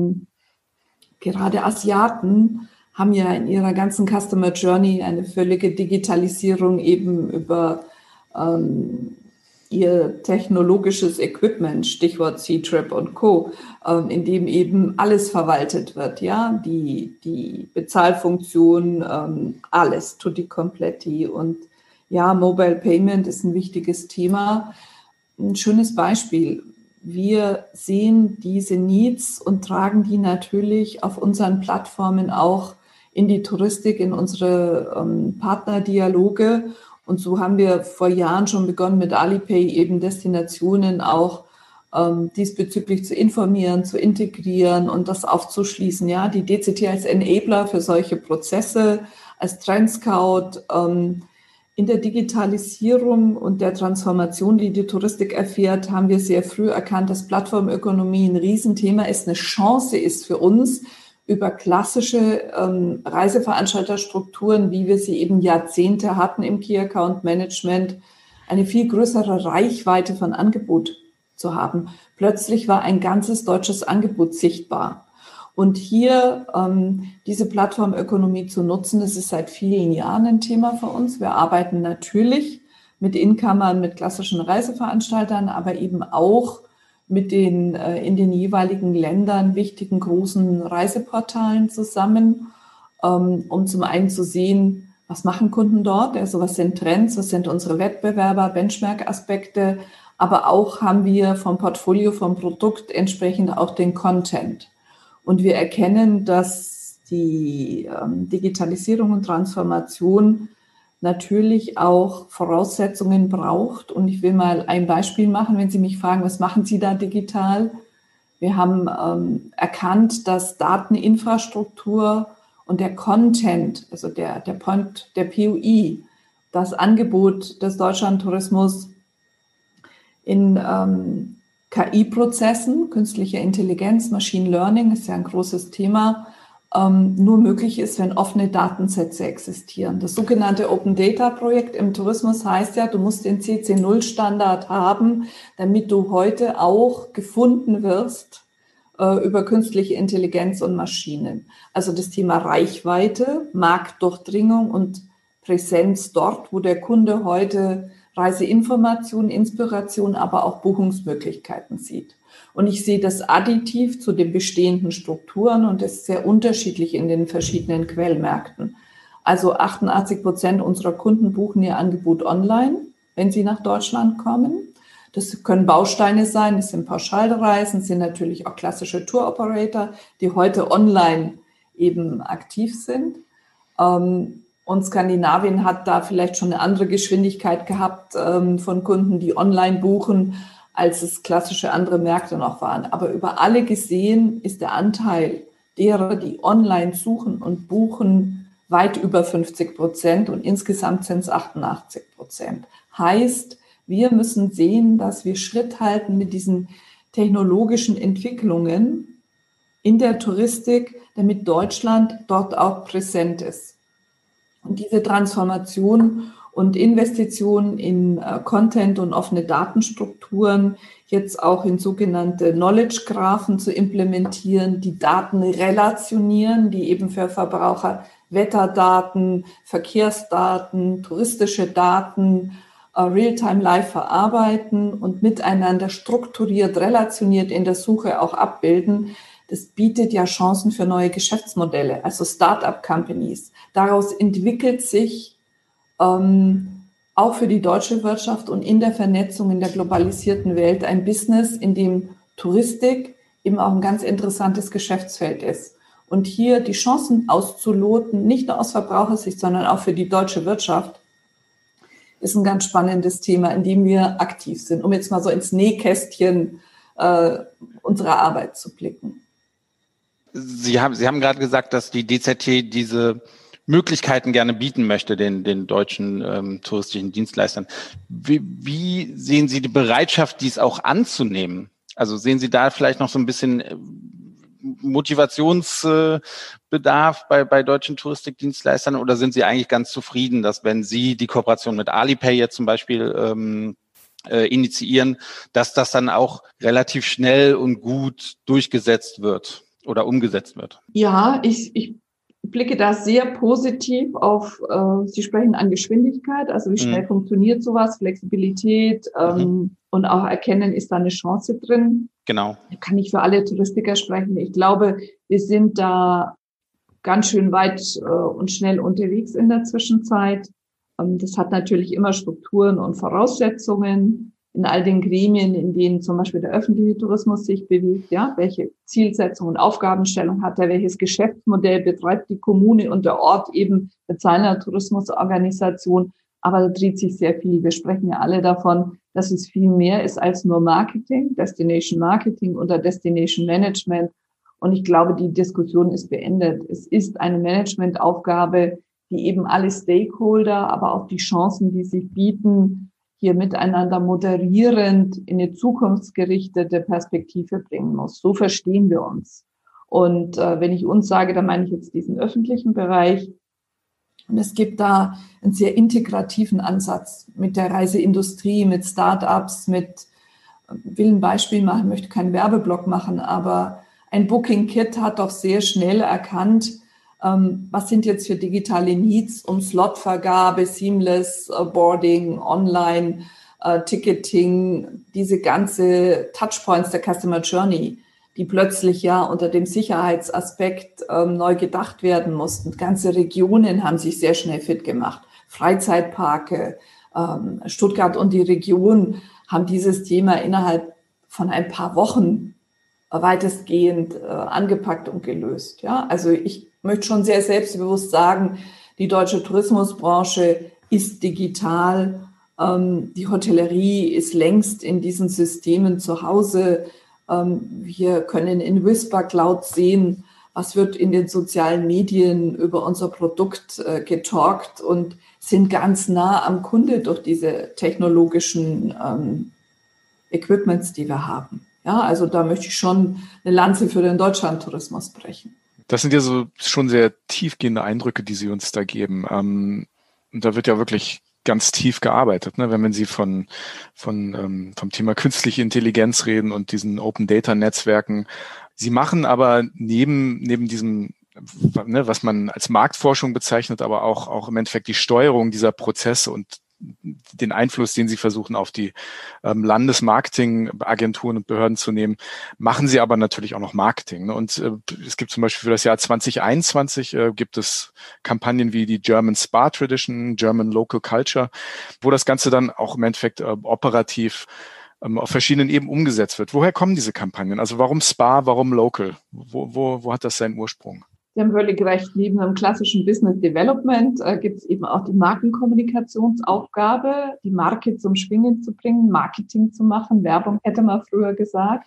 Gerade Asiaten haben ja in ihrer ganzen Customer Journey eine völlige Digitalisierung eben über ihr technologisches Equipment, Stichwort C-Trip und Co., in dem eben alles verwaltet wird, ja, die Bezahlfunktion, alles, tutti completi. Und ja, Mobile Payment ist ein wichtiges Thema. Ein schönes Beispiel. wir sehen diese Needs und tragen die natürlich auf unseren Plattformen auch in die Touristik, in unsere Partnerdialoge. Und so haben wir vor Jahren schon begonnen, mit Alipay eben Destinationen auch diesbezüglich zu informieren, zu integrieren und das aufzuschließen. Ja, die DCT als Enabler für solche Prozesse, als Trendscout, in der Digitalisierung und der Transformation, die die Touristik erfährt, haben wir sehr früh erkannt, dass Plattformökonomie ein Riesenthema ist, eine Chance ist für uns, über klassische Reiseveranstalterstrukturen, wie wir sie eben Jahrzehnte hatten im Key Account Management, eine viel größere Reichweite von Angebot zu haben. Plötzlich war ein ganzes deutsches Angebot sichtbar. Und hier diese Plattformökonomie zu nutzen, das ist seit vielen Jahren ein Thema für uns. Wir arbeiten natürlich mit Inkammern, mit klassischen Reiseveranstaltern, aber eben auch mit den in den jeweiligen Ländern wichtigen großen Reiseportalen zusammen, um zum einen zu sehen, was machen Kunden dort, also was sind Trends, was sind unsere Wettbewerber, Benchmark-Aspekte, aber auch haben wir vom Portfolio, vom Produkt entsprechend auch den Content. Und wir erkennen, dass die Digitalisierung und Transformation natürlich auch Voraussetzungen braucht. Und ich will mal ein Beispiel machen, wenn Sie mich fragen, was machen Sie da digital? Wir haben erkannt, dass Dateninfrastruktur und der Content, also der Point, der POI, das Angebot des Deutschlandtourismus in KI-Prozessen, künstliche Intelligenz, Machine Learning ist ja ein großes Thema, nur möglich ist, wenn offene Datensätze existieren. Das sogenannte Open Data Projekt im Tourismus heißt ja, du musst den CC0-Standard haben, damit du heute auch gefunden wirst über künstliche Intelligenz und Maschinen. Also das Thema Reichweite, Marktdurchdringung und Präsenz dort, wo der Kunde heute Reiseinformation, Inspiration, aber auch Buchungsmöglichkeiten sieht. Und ich sehe das additiv zu den bestehenden Strukturen und das ist sehr unterschiedlich in den verschiedenen Quellmärkten. Also 88% unserer Kunden buchen ihr Angebot online, wenn sie nach Deutschland kommen. Das können Bausteine sein, das sind Pauschalreisen, das sind natürlich auch klassische Tour-Operator, die heute online eben aktiv sind. Und Skandinavien hat da vielleicht schon eine andere Geschwindigkeit gehabt von Kunden, die online buchen, als es klassische andere Märkte noch waren. Aber über alle gesehen ist der Anteil derer, die online suchen und buchen, weit über 50% und insgesamt sind es 88%. Heißt, wir müssen sehen, dass wir Schritt halten mit diesen technologischen Entwicklungen in der Touristik, damit Deutschland dort auch präsent ist. Und diese Transformation und Investitionen in Content und offene Datenstrukturen, jetzt auch in sogenannte Knowledge-Graphen zu implementieren, die Daten relationieren, die eben für Verbraucher Wetterdaten, Verkehrsdaten, touristische Daten, Realtime live verarbeiten und miteinander strukturiert, relationiert in der Suche auch abbilden. Das bietet ja Chancen für neue Geschäftsmodelle, also Start-up-Companies. Daraus entwickelt sich auch für die deutsche Wirtschaft und in der Vernetzung in der globalisierten Welt ein Business, in dem Touristik eben auch ein ganz interessantes Geschäftsfeld ist. Und hier die Chancen auszuloten, nicht nur aus Verbrauchersicht, sondern auch für die deutsche Wirtschaft, ist ein ganz spannendes Thema, in dem wir aktiv sind, um jetzt mal so ins Nähkästchen unserer Arbeit zu blicken. Sie haben gerade gesagt, dass die DZT diese Möglichkeiten gerne bieten möchte, den deutschen touristischen Dienstleistern. Wie sehen Sie die Bereitschaft, dies auch anzunehmen? Also sehen Sie da vielleicht noch so ein bisschen Motivationsbedarf bei deutschen Touristikdienstleistern oder sind Sie eigentlich ganz zufrieden, dass wenn Sie die Kooperation mit Alipay jetzt zum Beispiel initiieren, dass das dann auch relativ schnell und gut durchgesetzt wird oder umgesetzt wird? Ja, ich blicke da sehr positiv auf, Sie sprechen an Geschwindigkeit, also wie schnell funktioniert sowas, Flexibilität und auch erkennen, ist da eine Chance drin. Genau. Da kann ich für alle Touristiker sprechen. Ich glaube, wir sind da ganz schön weit und schnell unterwegs in der Zwischenzeit. Das hat natürlich immer Strukturen und Voraussetzungen. in all den Gremien, in denen zum Beispiel der öffentliche Tourismus sich bewegt, ja, welche Zielsetzung und Aufgabenstellung hat er, welches Geschäftsmodell betreibt die Kommune und der Ort eben mit seiner Tourismusorganisation. Aber da dreht sich sehr viel. Wir sprechen ja alle davon, dass es viel mehr ist als nur Marketing, Destination Marketing oder Destination Management. Und ich glaube, die Diskussion ist beendet. Es ist eine Managementaufgabe, die eben alle Stakeholder, aber auch die Chancen, die sich bieten, hier miteinander moderierend in eine zukunftsgerichtete Perspektive bringen muss. So verstehen wir uns. Und wenn ich uns sage, dann meine ich jetzt diesen öffentlichen Bereich. Und es gibt da einen sehr integrativen Ansatz mit der Reiseindustrie, mit Start-ups, will ein Beispiel machen, möchte keinen Werbeblock machen, aber ein Booking Kit hat doch sehr schnell erkannt, was sind jetzt für digitale Needs, um Slotvergabe, Seamless Boarding, Online Ticketing, diese ganze Touchpoints der Customer Journey, die plötzlich ja unter dem Sicherheitsaspekt neu gedacht werden mussten. Ganze Regionen haben sich sehr schnell fit gemacht. Freizeitparke, Stuttgart und die Region haben dieses Thema innerhalb von ein paar Wochen weitestgehend angepackt und gelöst. Ja, also ich möchte schon sehr selbstbewusst sagen, die deutsche Tourismusbranche ist digital. Die Hotellerie ist längst in diesen Systemen zu Hause. Wir können in Whisper Cloud sehen, was wird in den sozialen Medien über unser Produkt getalkt und sind ganz nah am Kunde durch diese technologischen Equipments, die wir haben. Ja, also da möchte ich schon eine Lanze für den Deutschlandtourismus brechen. Das sind ja so schon sehr tiefgehende Eindrücke, die Sie uns da geben. Und da wird ja wirklich ganz tief gearbeitet, ne? Wenn Sie vom Thema künstliche Intelligenz reden und diesen Open Data Netzwerken. Sie machen aber neben diesem, ne, was man als Marktforschung bezeichnet, aber auch im Endeffekt die Steuerung dieser Prozesse und den Einfluss, den Sie versuchen, auf die Landesmarketingagenturen und Behörden zu nehmen, machen Sie aber natürlich auch noch Marketing. Ne? Und es gibt zum Beispiel für das Jahr 2021 gibt es Kampagnen wie die German Spa Tradition, German Local Culture, wo das Ganze dann auch im Endeffekt operativ auf verschiedenen Ebenen umgesetzt wird. Woher kommen diese Kampagnen? Also warum Spa, warum Local? Wo hat das seinen Ursprung? Sie haben völlig recht. Neben einem klassischen Business Development gibt es eben auch die Markenkommunikationsaufgabe, die Marke zum Schwingen zu bringen, Marketing zu machen, Werbung hätte man früher gesagt.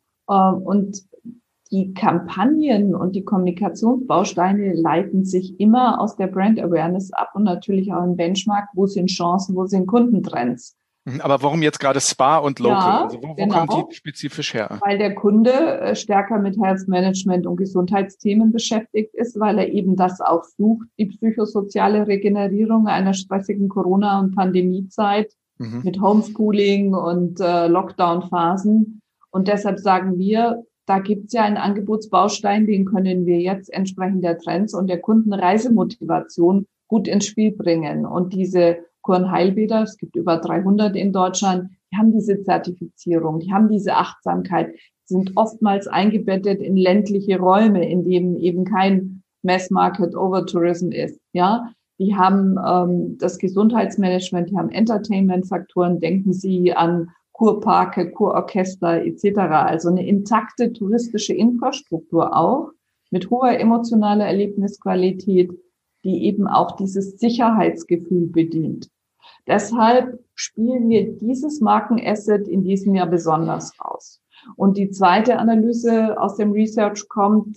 Und die Kampagnen und die Kommunikationsbausteine leiten sich immer aus der Brand Awareness ab und natürlich auch im Benchmark, wo sind Chancen, wo sind Kundentrends. Aber warum jetzt gerade Spa und Local? Ja, also wo genau. kommen die spezifisch her? Weil der Kunde stärker mit Health Management und Gesundheitsthemen beschäftigt ist, weil er eben das auch sucht, die psychosoziale Regenerierung einer stressigen Corona- und Pandemiezeit mit Homeschooling und Lockdown-Phasen. Und deshalb sagen wir, da gibt's ja einen Angebotsbaustein, den können wir jetzt entsprechend der Trends und der Kundenreisemotivation gut ins Spiel bringen. Und diese Kurheilbäder, es gibt über 300 in Deutschland, die haben diese Zertifizierung, die haben diese Achtsamkeit, sind oftmals eingebettet in ländliche Räume, in denen eben kein Mass-Market Overtourism ist. Ja, die haben das Gesundheitsmanagement, die haben Entertainment-Faktoren, denken Sie an Kurparke, Kurorchester etc. Also eine intakte touristische Infrastruktur auch mit hoher emotionaler Erlebnisqualität, die eben auch dieses Sicherheitsgefühl bedient. Deshalb spielen wir dieses Markenasset in diesem Jahr besonders raus. Und die zweite Analyse aus dem Research kommt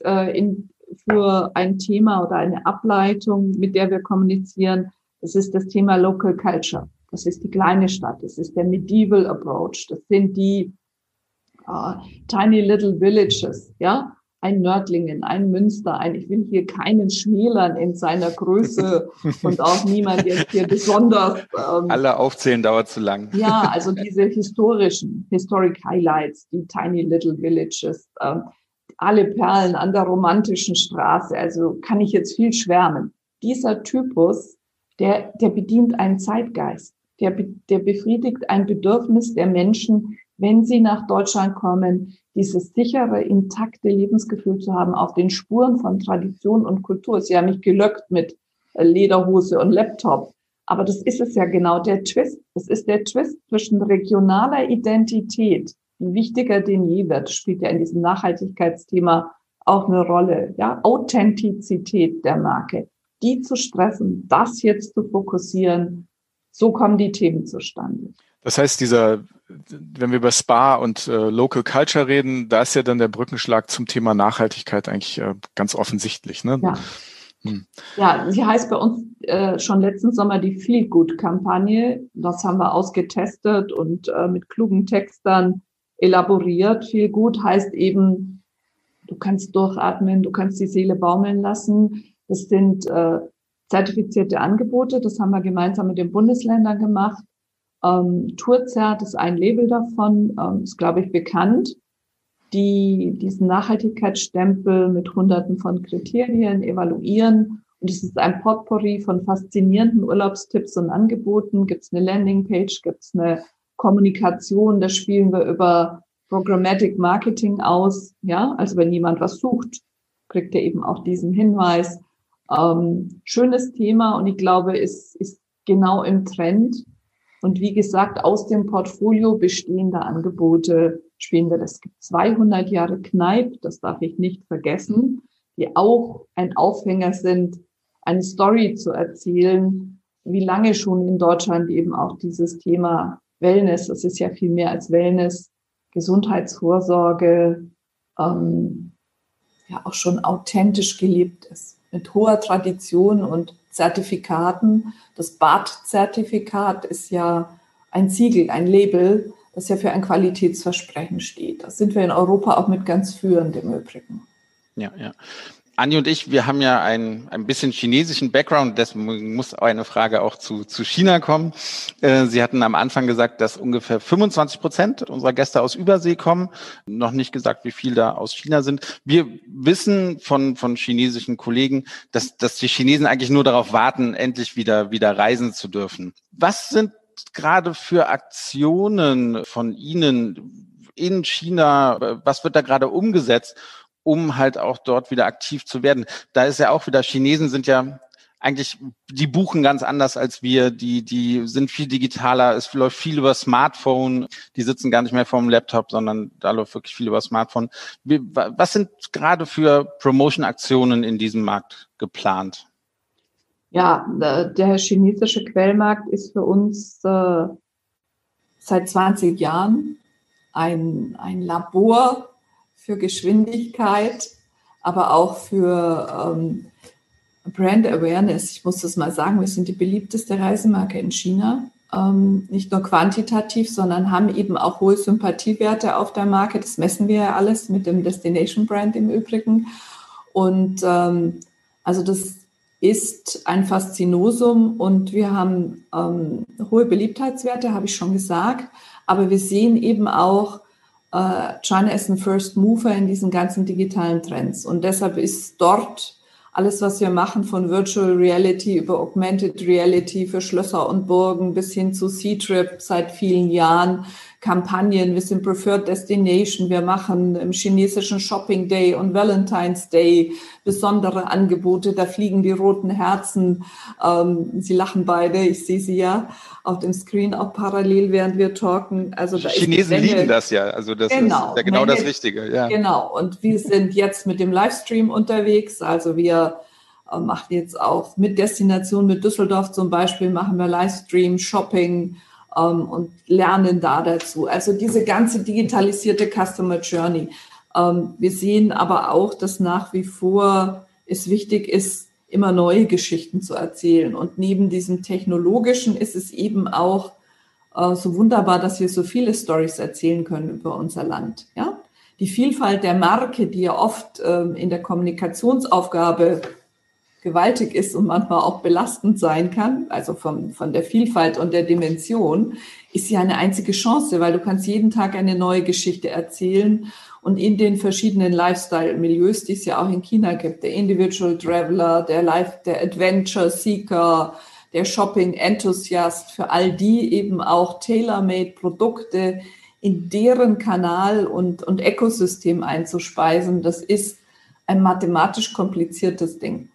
für ein Thema oder eine Ableitung, mit der wir kommunizieren. Das ist das Thema Local Culture. Das ist die kleine Stadt. Das ist der Medieval Approach. Das sind die Tiny Little Villages, ja. Ein Nördlingen, ein Münster, ich will hier keinen schmälern in seiner Größe und auch niemand jetzt hier besonders. Alle aufzählen dauert zu lang. Ja, also diese Historic Highlights, die Tiny Little Villages, alle Perlen an der romantischen Straße, also kann ich jetzt viel schwärmen. Dieser Typus, der bedient einen Zeitgeist, der befriedigt ein Bedürfnis der Menschen, wenn sie nach Deutschland kommen, dieses sichere, intakte Lebensgefühl zu haben auf den Spuren von Tradition und Kultur. Sie haben mich gelockt mit Lederhose und Laptop. Aber das ist es ja genau, der Twist. Das ist der Twist zwischen regionaler Identität, die wichtiger denn je wird, spielt ja in diesem Nachhaltigkeitsthema auch eine Rolle. Ja, Authentizität der Marke, die zu stressen, das jetzt zu fokussieren, so kommen die Themen zustande. Das heißt, wenn wir über Spa und Local Culture reden, da ist ja dann der Brückenschlag zum Thema Nachhaltigkeit eigentlich ganz offensichtlich, ne? Ja. Ja, sie heißt bei uns schon letzten Sommer die Feel-Good-Kampagne. Das haben wir ausgetestet und mit klugen Textern elaboriert. Feel-Good heißt eben, du kannst durchatmen, du kannst die Seele baumeln lassen. Das sind zertifizierte Angebote. Das haben wir gemeinsam mit den Bundesländern gemacht. Tourzert ist ein Label davon, ist, glaube ich, bekannt, die diesen Nachhaltigkeitsstempel mit Hunderten von Kriterien evaluieren. Und es ist ein Potpourri von faszinierenden Urlaubstipps und Angeboten. Gibt es eine Landingpage, gibt es eine Kommunikation, das spielen wir über Programmatic Marketing aus. Ja, also wenn jemand was sucht, kriegt er eben auch diesen Hinweis. Schönes Thema und ich glaube, es ist genau im Trend. Und wie gesagt, aus dem Portfolio bestehender Angebote spielen wir das. Es gibt 200 Jahre Kneipp, das darf ich nicht vergessen, die auch ein Aufhänger sind, eine Story zu erzählen, wie lange schon in Deutschland eben auch dieses Thema Wellness, das ist ja viel mehr als Wellness, Gesundheitsvorsorge, ja auch schon authentisch gelebt ist, mit hoher Tradition und Zertifikaten. Das BAT-Zertifikat ist ja ein Siegel, ein Label, das ja für ein Qualitätsversprechen steht. Das sind wir in Europa auch mit ganz führend im Übrigen. Ja. Andi und ich, wir haben ja ein bisschen chinesischen Background, deswegen muss eine Frage auch zu China kommen. Sie hatten am Anfang gesagt, dass ungefähr 25% unserer Gäste aus Übersee kommen. Noch nicht gesagt, wie viel da aus China sind. Wir wissen von chinesischen Kollegen, dass die Chinesen eigentlich nur darauf warten, endlich wieder reisen zu dürfen. Was sind gerade für Aktionen von Ihnen in China? Was wird da gerade umgesetzt, um halt auch dort wieder aktiv zu werden? Da ist ja auch wieder, Chinesen sind ja eigentlich, die buchen ganz anders als wir, die sind viel digitaler, es läuft viel über Smartphone, die sitzen gar nicht mehr vorm Laptop, sondern da läuft wirklich viel über Smartphone. Was sind gerade für Promotion-Aktionen in diesem Markt geplant? Ja, der chinesische Quellmarkt ist für uns seit 20 Jahren ein Labor für Geschwindigkeit, aber auch für Brand Awareness. Ich muss das mal sagen, wir sind die beliebteste Reisemarke in China. Nicht nur quantitativ, sondern haben eben auch hohe Sympathiewerte auf der Marke. Das messen wir ja alles mit dem Destination Brand im Übrigen. Und also das ist ein Faszinosum und wir haben hohe Beliebtheitswerte, habe ich schon gesagt. Aber wir sehen eben auch, China ist ein First Mover in diesen ganzen digitalen Trends. Und deshalb ist dort alles, was wir machen, von Virtual Reality über Augmented Reality für Schlösser und Burgen bis hin zu Ctrip seit vielen Jahren, Kampagnen. Wir sind Preferred Destination. Wir machen im chinesischen Shopping Day und Valentine's Day besondere Angebote. Da fliegen die roten Herzen. Sie lachen beide. Ich sehe sie ja auf dem Screen auch parallel, während wir talken. Also da Chinesen lieben das ja. Also das ist ja genau das Richtige. Ja. Genau. Und wir sind jetzt mit dem Livestream unterwegs. Also wir machen jetzt auch mit Destination, mit Düsseldorf zum Beispiel, machen wir Livestream, Shopping, und lernen da dazu. Also diese ganze digitalisierte Customer Journey. Wir sehen aber auch, dass nach wie vor es wichtig ist, immer neue Geschichten zu erzählen. Und neben diesem Technologischen ist es eben auch so wunderbar, dass wir so viele Stories erzählen können über unser Land. Ja? Die Vielfalt der Marke, die ja oft in der Kommunikationsaufgabe gewaltig ist und manchmal auch belastend sein kann, also von der Vielfalt und der Dimension, ist ja eine einzige Chance, weil du kannst jeden Tag eine neue Geschichte erzählen und in den verschiedenen Lifestyle-Milieus, die es ja auch in China gibt, der Individual Traveler, der Adventure Seeker, der Shopping Enthusiast, für all die eben auch tailor-made Produkte in deren Kanal und Ökosystem einzuspeisen, das ist ein mathematisch kompliziertes Ding.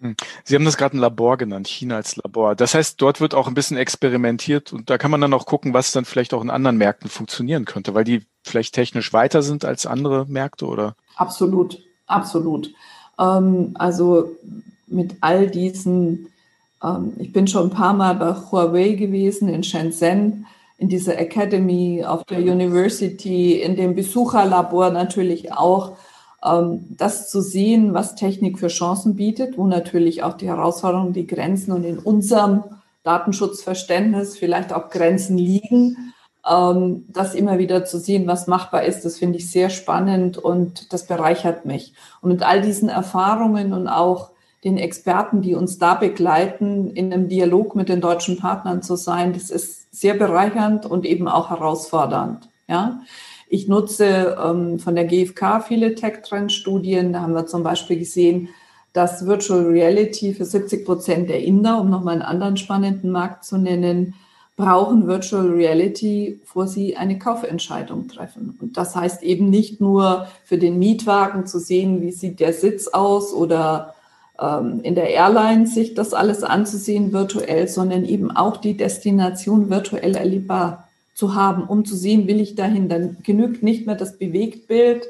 Sie haben das gerade ein Labor genannt, China als Labor. Das heißt, dort wird auch ein bisschen experimentiert und da kann man dann auch gucken, was dann vielleicht auch in anderen Märkten funktionieren könnte, weil die vielleicht technisch weiter sind als andere Märkte, oder? Absolut, absolut. Also mit all diesen, ich bin schon ein paar Mal bei Huawei gewesen in Shenzhen, in dieser Academy, auf der University, in dem Besucherlabor natürlich auch. Das zu sehen, was Technik für Chancen bietet, wo natürlich auch die Herausforderungen, die Grenzen und in unserem Datenschutzverständnis vielleicht auch Grenzen liegen. Das immer wieder zu sehen, was machbar ist, das finde ich sehr spannend und das bereichert mich. Und mit all diesen Erfahrungen und auch den Experten, die uns da begleiten, in einem Dialog mit den deutschen Partnern zu sein, das ist sehr bereichernd und eben auch herausfordernd. Ja. Ich nutze von der GfK viele Tech-Trend-Studien. Da haben wir zum Beispiel gesehen, dass Virtual Reality für 70% der Inder, um nochmal einen anderen spannenden Markt zu nennen, brauchen Virtual Reality, bevor sie eine Kaufentscheidung treffen. Und das heißt eben nicht nur für den Mietwagen zu sehen, wie sieht der Sitz aus oder in der Airline sich das alles anzusehen virtuell, sondern eben auch die Destination virtuell erlebbar zu haben, um zu sehen, will ich dahin. Dann genügt nicht mehr das Bewegtbild,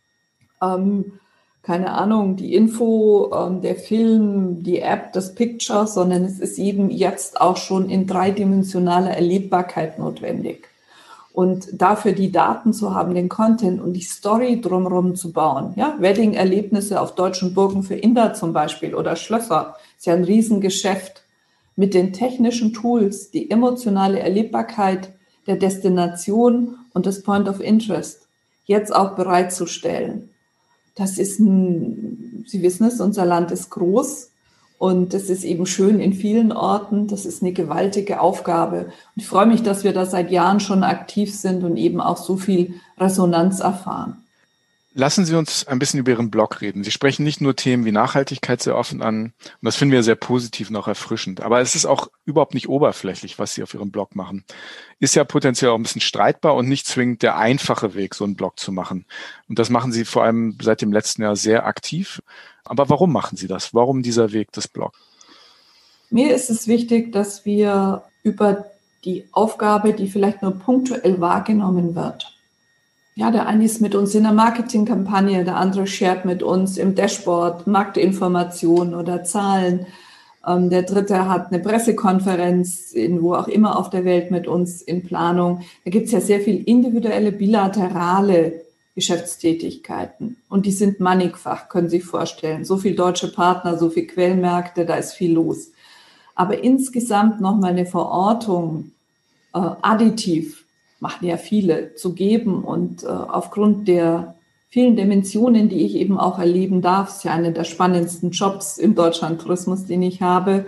keine Ahnung, die Info, der Film, die App, das Picture, sondern es ist eben jetzt auch schon in dreidimensionaler Erlebbarkeit notwendig. Und dafür die Daten zu haben, den Content und die Story drumherum zu bauen. Ja, Wedding-Erlebnisse auf deutschen Burgen für Inder zum Beispiel oder Schlösser, ist ja ein Riesengeschäft. Mit den technischen Tools, die emotionale Erlebbarkeit der Destination und des Point of Interest jetzt auch bereitzustellen. Das ist Sie wissen es, unser Land ist groß und das ist eben schön in vielen Orten. Das ist eine gewaltige Aufgabe. Und ich freue mich, dass wir da seit Jahren schon aktiv sind und eben auch so viel Resonanz erfahren. Lassen Sie uns ein bisschen über Ihren Blog reden. Sie sprechen nicht nur Themen wie Nachhaltigkeit sehr offen an, und das finden wir sehr positiv und auch erfrischend. Aber es ist auch überhaupt nicht oberflächlich, was Sie auf Ihrem Blog machen. Ist ja potenziell auch ein bisschen streitbar und nicht zwingend der einfache Weg, so einen Blog zu machen. Und das machen Sie vor allem seit dem letzten Jahr sehr aktiv. Aber warum machen Sie das? Warum dieser Weg des Blogs? Mir ist es wichtig, dass wir über die Aufgabe, die vielleicht nur punktuell wahrgenommen wird, ja, der eine ist mit uns in der Marketingkampagne, der andere shared mit uns im Dashboard Marktinformationen oder Zahlen. Der dritte hat eine Pressekonferenz, wo auch immer auf der Welt mit uns in Planung. Da gibt es ja sehr viel individuelle, bilaterale Geschäftstätigkeiten. Und die sind mannigfach, können Sie sich vorstellen. So viel deutsche Partner, so viel Quellmärkte, da ist viel los. Aber insgesamt nochmal eine Verortung, additiv, machen ja viele, zu geben und aufgrund der vielen Dimensionen, die ich eben auch erleben darf, ist ja einer der spannendsten Jobs im Deutschlandtourismus, den ich habe,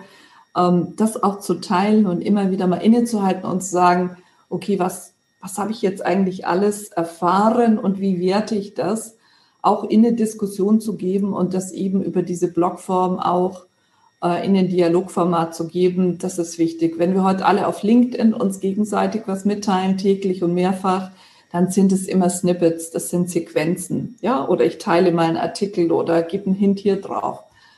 das auch zu teilen und immer wieder mal innezuhalten und zu sagen, okay, was habe ich jetzt eigentlich alles erfahren und wie werte ich das, auch in eine Diskussion zu geben und das eben über diese Blogform auch in ein Dialogformat zu geben, das ist wichtig. Wenn wir heute alle auf LinkedIn uns gegenseitig was mitteilen, täglich und mehrfach, dann sind es immer Snippets, das sind Sequenzen, ja, oder ich teile mal einen Artikel oder gebe einen Hint hier drauf.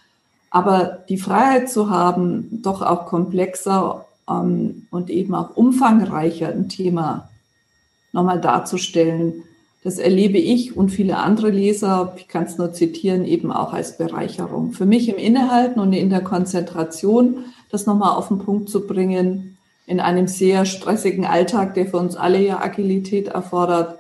Aber die Freiheit zu haben, doch auch komplexer und eben auch umfangreicher ein Thema nochmal darzustellen, das erlebe ich und viele andere Leser, ich kann es nur zitieren, eben auch als Bereicherung. Für mich im Innehalten und in der Konzentration, das nochmal auf den Punkt zu bringen, in einem sehr stressigen Alltag, der für uns alle ja Agilität erfordert.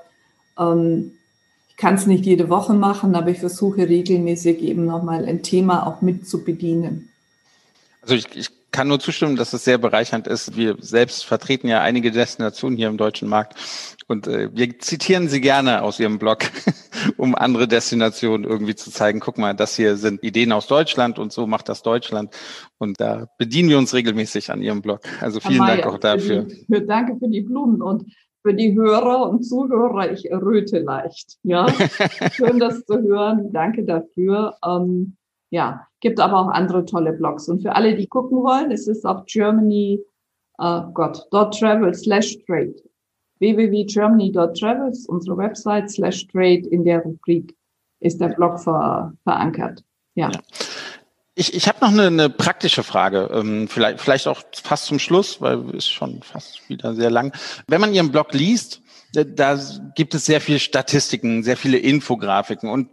Ich kann es nicht jede Woche machen, aber ich versuche regelmäßig eben nochmal ein Thema auch mit zu bedienen. Also ich kann nur zustimmen, dass es sehr bereichernd ist. Wir selbst vertreten ja einige Destinationen hier im deutschen Markt und wir zitieren sie gerne aus ihrem Blog, um andere Destinationen irgendwie zu zeigen. Guck mal, das hier sind Ideen aus Deutschland und so macht das Deutschland. Und da bedienen wir uns regelmäßig an ihrem Blog. Also vielen Dank auch dafür. Danke für die Blumen und für die Hörer und Zuhörer. Ich erröte leicht. Ja, schön, das zu hören. Danke dafür. Ja, gibt aber auch andere tolle Blogs. Und für alle, die gucken wollen, es ist auf Germany.travel/trade. www.germany.travel, unsere Website /trade, in der Rubrik ist der Blog verankert. Ja. Ich habe noch eine praktische Frage, vielleicht auch fast zum Schluss, weil es schon fast wieder sehr lang. Wenn man Ihren Blog liest, da gibt es sehr viele Statistiken, sehr viele Infografiken und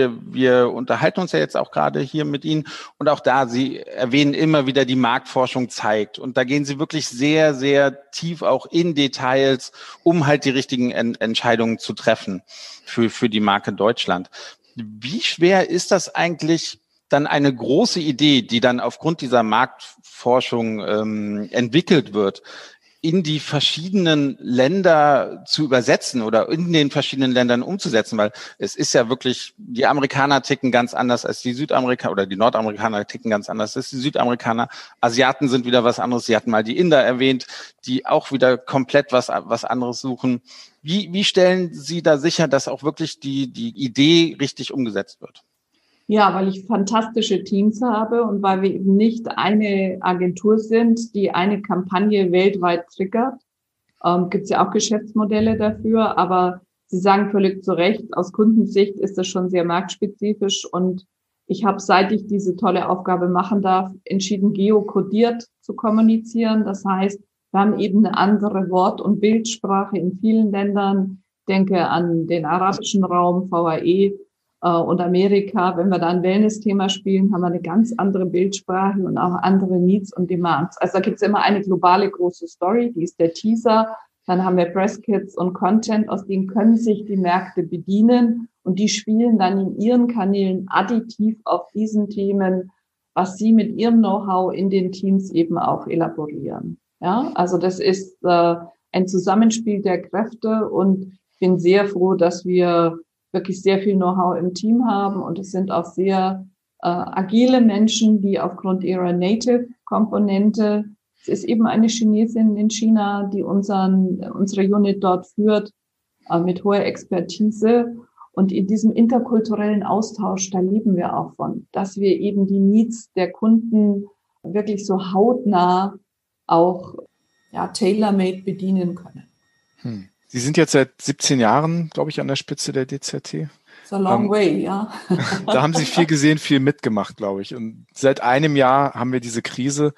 wir unterhalten uns ja jetzt auch gerade hier mit Ihnen und auch da, Sie erwähnen immer wieder, die Marktforschung zeigt und da gehen Sie wirklich sehr, sehr tief auch in Details, um halt die richtigen Entscheidungen zu treffen für die Marke Deutschland. Wie schwer ist das eigentlich, dann eine große Idee, die dann aufgrund dieser Marktforschung entwickelt wird, in die verschiedenen Länder zu übersetzen oder in den verschiedenen Ländern umzusetzen, weil es ist ja wirklich, die Amerikaner ticken ganz anders als die Südamerikaner oder die Nordamerikaner ticken ganz anders als die Südamerikaner. Asiaten sind wieder was anderes. Sie hatten mal die Inder erwähnt, die auch wieder komplett was anderes suchen. Wie stellen Sie da sicher, dass auch wirklich die Idee richtig umgesetzt wird? Ja, weil ich fantastische Teams habe und weil wir eben nicht eine Agentur sind, die eine Kampagne weltweit triggert. Gibt es ja auch Geschäftsmodelle dafür, aber Sie sagen völlig zu Recht, aus Kundensicht ist das schon sehr marktspezifisch und ich habe, seit ich diese tolle Aufgabe machen darf, entschieden, geokodiert zu kommunizieren. Das heißt, wir haben eben eine andere Wort- und Bildsprache in vielen Ländern. Ich denke an den arabischen Raum, VAE, und Amerika. Wenn wir da ein Wellness-Thema spielen, haben wir eine ganz andere Bildsprache und auch andere Needs und Demands. Also da gibt es immer eine globale große Story, die ist der Teaser. Dann haben wir Presskits und Content, aus denen können sich die Märkte bedienen und die spielen dann in ihren Kanälen additiv auf diesen Themen, was sie mit ihrem Know-how in den Teams eben auch elaborieren. Ja, also das ist ein Zusammenspiel der Kräfte und ich bin sehr froh, dass wir wirklich sehr viel Know-how im Team haben und es sind auch sehr agile Menschen, die aufgrund ihrer Native-Komponente, es ist eben eine Chinesin in China, die unsere Unit dort führt, mit hoher Expertise und in diesem interkulturellen Austausch, da leben wir auch von, dass wir eben die Needs der Kunden wirklich so hautnah auch tailor-made bedienen können. Sie sind jetzt seit 17 Jahren, glaube ich, an der Spitze der DZT. It's a long way, ja. Da haben Sie viel gesehen, viel mitgemacht, glaube ich. Und seit einem Jahr haben wir diese Krise.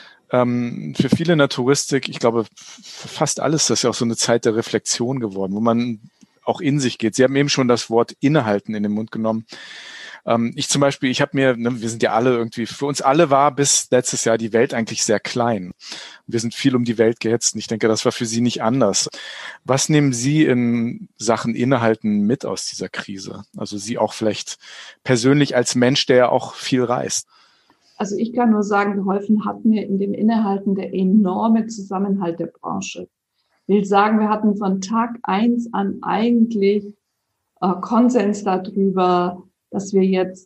Für viele in der Touristik, ich glaube, für fast alles, das ist ja auch so eine Zeit der Reflexion geworden, wo man auch in sich geht. Sie haben eben schon das Wort innehalten in den Mund genommen. Ich zum Beispiel, ich habe mir, wir sind ja alle irgendwie, für uns alle war bis letztes Jahr die Welt eigentlich sehr klein. Wir sind viel um die Welt gehetzt und ich denke, das war für Sie nicht anders. Was nehmen Sie in Sachen Innehalten mit aus dieser Krise? Also Sie auch vielleicht persönlich als Mensch, der ja auch viel reist. Also ich kann nur sagen, geholfen hat mir in dem Innehalten der enorme Zusammenhalt der Branche. Ich will sagen, wir hatten von Tag 1 an eigentlich Konsens darüber, dass wir jetzt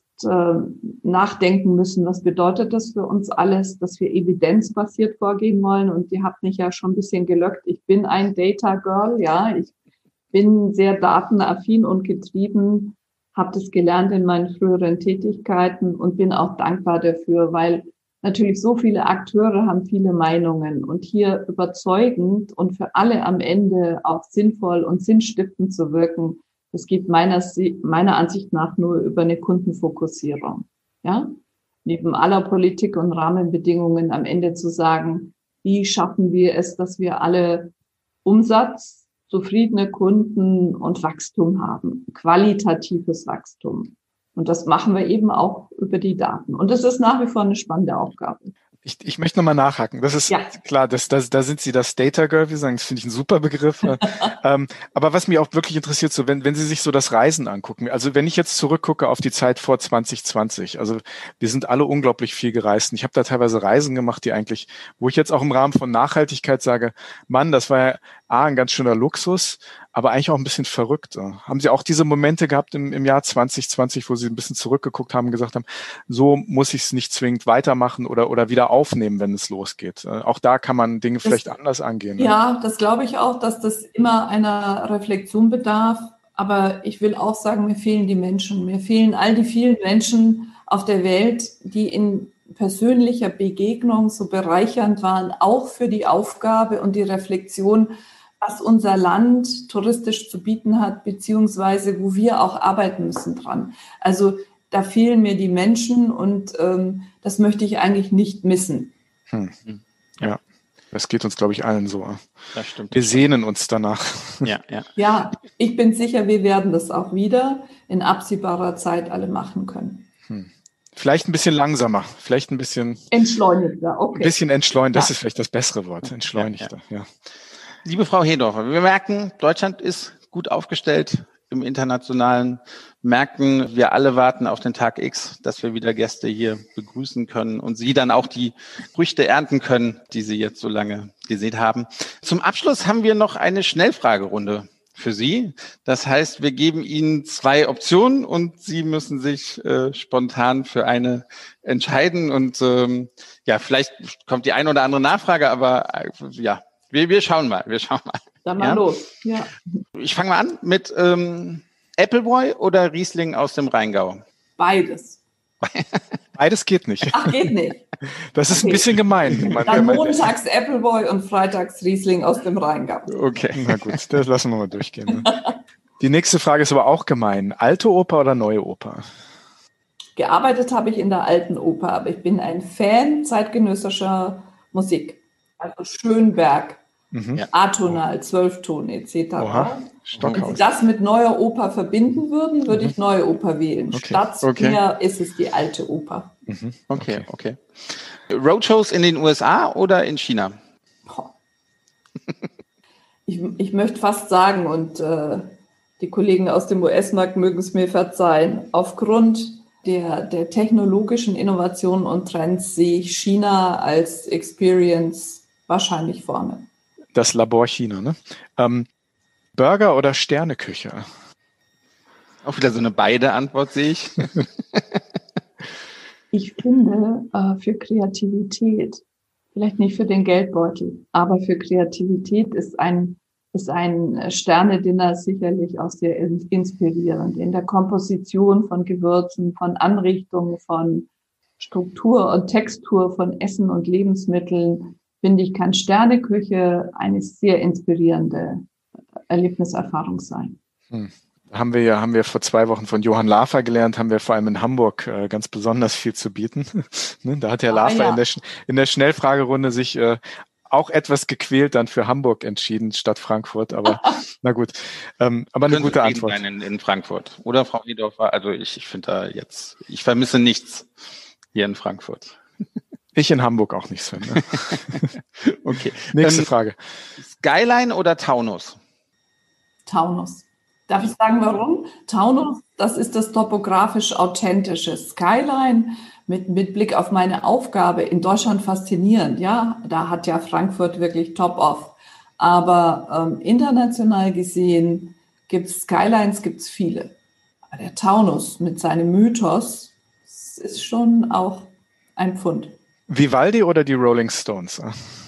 nachdenken müssen, was bedeutet das für uns alles, dass wir evidenzbasiert vorgehen wollen. Und ihr habt mich ja schon ein bisschen gelockt. Ich bin ein Data Girl, ja. Ich bin sehr datenaffin und getrieben, habe das gelernt in meinen früheren Tätigkeiten und bin auch dankbar dafür, weil natürlich so viele Akteure haben viele Meinungen und hier überzeugend und für alle am Ende auch sinnvoll und sinnstiftend zu wirken, das geht meiner Ansicht nach nur über eine Kundenfokussierung. Ja? Neben aller Politik und Rahmenbedingungen am Ende zu sagen, wie schaffen wir es, dass wir alle Umsatz, zufriedene Kunden und Wachstum haben, qualitatives Wachstum. Und das machen wir eben auch über die Daten. Und das ist nach wie vor eine spannende Aufgabe. Ich möchte nochmal nachhaken. Das ist klar, da sind Sie das Data Girl, wir sagen, das finde ich ein super Begriff. Aber was mich auch wirklich interessiert, so wenn Sie sich so das Reisen angucken, also wenn ich jetzt zurückgucke auf die Zeit vor 2020, also wir sind alle unglaublich viel gereist. Und ich habe da teilweise Reisen gemacht, die eigentlich, wo ich jetzt auch im Rahmen von Nachhaltigkeit sage, Mann, das war ja ein ganz schöner Luxus, aber eigentlich auch ein bisschen verrückt. Haben Sie auch diese Momente gehabt im Jahr 2020, wo Sie ein bisschen zurückgeguckt haben und gesagt haben, so muss ich es nicht zwingend weitermachen oder wieder aufnehmen, wenn es losgeht? Auch da kann man Dinge vielleicht anders angehen. Ja, das glaube ich auch, dass das immer einer Reflexion bedarf. Aber ich will auch sagen, mir fehlen die Menschen. Mir fehlen all die vielen Menschen auf der Welt, die in persönlicher Begegnung so bereichernd waren, auch für die Aufgabe und die Reflexion, was unser Land touristisch zu bieten hat, beziehungsweise wo wir auch arbeiten müssen dran. Also da fehlen mir die Menschen und das möchte ich eigentlich nicht missen. Ja, das geht uns, glaube ich, allen so. Das stimmt. Wir sehnen uns danach. Ja, ich bin sicher, wir werden das auch wieder in absehbarer Zeit alle machen können. Vielleicht ein bisschen langsamer, vielleicht ein bisschen entschleunigter. Okay. Ein bisschen entschleunigt, das ist vielleicht das bessere Wort, entschleunigter. Ja. Liebe Frau Hedorfer, wir merken, Deutschland ist gut aufgestellt im internationalen Märkten. Wir alle warten auf den Tag X, dass wir wieder Gäste hier begrüßen können und Sie dann auch die Früchte ernten können, die Sie jetzt so lange gesät haben. Zum Abschluss haben wir noch eine Schnellfragerunde für Sie. Das heißt, wir geben Ihnen 2 Optionen und Sie müssen sich spontan für eine entscheiden. Und vielleicht kommt die eine oder andere Nachfrage, aber wir schauen mal. Dann mal los. Ja. Ich fange mal an mit Appleboy oder Riesling aus dem Rheingau? Beides. Beides geht nicht. Ach, geht nicht. Das ist ein bisschen gemein. Dann montags Appleboy und freitags Riesling aus dem Rheingau. Okay, na gut, das lassen wir mal durchgehen. Die nächste Frage ist aber auch gemein. Alte Oper oder neue Oper? Gearbeitet habe ich in der alten Oper, aber ich bin ein Fan zeitgenössischer Musik. Also Schönberg, Atonal, Zwölfton etc. Oha, Wenn Sie das mit neuer Oper verbinden würden, würde ich neue Oper wählen. Statt mir ist es die alte Oper. Okay. Roadshows in den USA oder in China? Ich möchte fast sagen, und die Kollegen aus dem US-Markt mögen es mir verzeihen, aufgrund der technologischen Innovationen und Trends sehe ich China als Experience wahrscheinlich vorne. Das Labor China, ne? Burger oder Sterneküche? Auch wieder so eine beide Antwort, sehe ich. Ich finde, für Kreativität, vielleicht nicht für den Geldbeutel, aber für Kreativität ist ein Sterne-Dinner sicherlich auch sehr inspirierend. In der Komposition von Gewürzen, von Anrichtungen, von Struktur und Textur von Essen und Lebensmitteln, finde ich, kann Sterneküche eine sehr inspirierende Erlebniserfahrung sein. Haben wir vor 2 Wochen von Johann Lafer gelernt, haben wir vor allem in Hamburg ganz besonders viel zu bieten. Da hat Herr Lafer in der Schnellfragerunde sich auch etwas gequält dann für Hamburg entschieden statt Frankfurt, aber na gut. Aber eine gute Antwort. In Frankfurt. Oder Frau Hedorfer, also ich finde ich vermisse nichts hier in Frankfurt. Ich in Hamburg auch nicht, Sven. Ne? Okay. Nächste Frage. Skyline oder Taunus? Taunus. Darf ich sagen, warum? Taunus, das ist das topografisch authentische. Skyline mit Blick auf meine Aufgabe in Deutschland faszinierend. Ja, da hat ja Frankfurt wirklich top-off. Aber international gesehen Skylines gibt's viele. Aber der Taunus mit seinem Mythos ist schon auch ein Pfund. Vivaldi oder die Rolling Stones?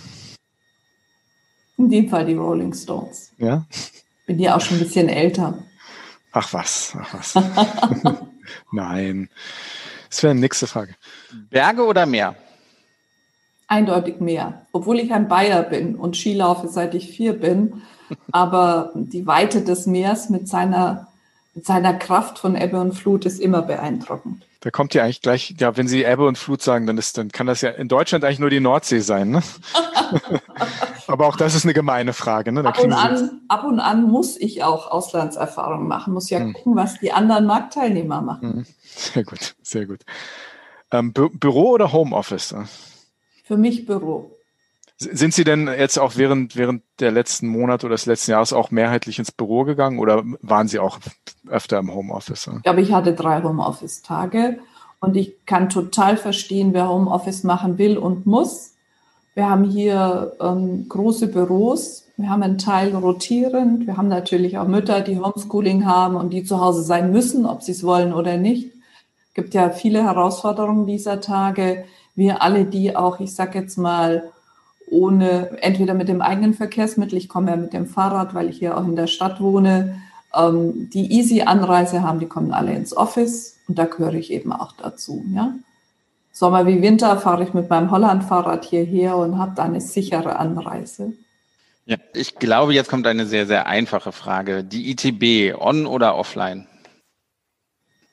In dem Fall die Rolling Stones. Ja? Bin ja auch schon ein bisschen älter. Ach was. Nein. Sven, nächste Frage. Berge oder Meer? Eindeutig Meer. Obwohl ich ein Bayer bin und Skilaufe seit ich 4 bin. Aber die Weite des Meers mit seiner Kraft von Ebbe und Flut ist immer beeindruckend. Da kommt ja eigentlich gleich, ja, wenn Sie Ebbe und Flut sagen, dann kann das ja in Deutschland eigentlich nur die Nordsee sein, ne? Aber auch das ist eine gemeine Frage, ne? Ab und an muss ich auch Auslandserfahrungen machen, muss ja gucken, was die anderen Marktteilnehmer machen. Sehr gut. Büro oder Homeoffice? Für mich Büro. Sind Sie denn jetzt auch während der letzten Monate oder des letzten Jahres auch mehrheitlich ins Büro gegangen oder waren Sie auch öfter im Homeoffice? Ich glaube, ich hatte 3 Homeoffice-Tage und ich kann total verstehen, wer Homeoffice machen will und muss. Wir haben hier große Büros, wir haben einen Teil rotierend, wir haben natürlich auch Mütter, die Homeschooling haben und die zu Hause sein müssen, ob sie es wollen oder nicht. Es gibt ja viele Herausforderungen dieser Tage. Wir alle, die auch, ich sage jetzt mal, entweder mit dem eigenen Verkehrsmittel, ich komme ja mit dem Fahrrad, weil ich hier auch in der Stadt wohne, die easy Anreise haben, die kommen alle ins Office und da gehöre ich eben auch dazu. Ja? Sommer wie Winter fahre ich mit meinem Holland-Fahrrad hierher und habe da eine sichere Anreise. Ja, ich glaube, jetzt kommt eine sehr, sehr einfache Frage. Die ITB, on oder offline?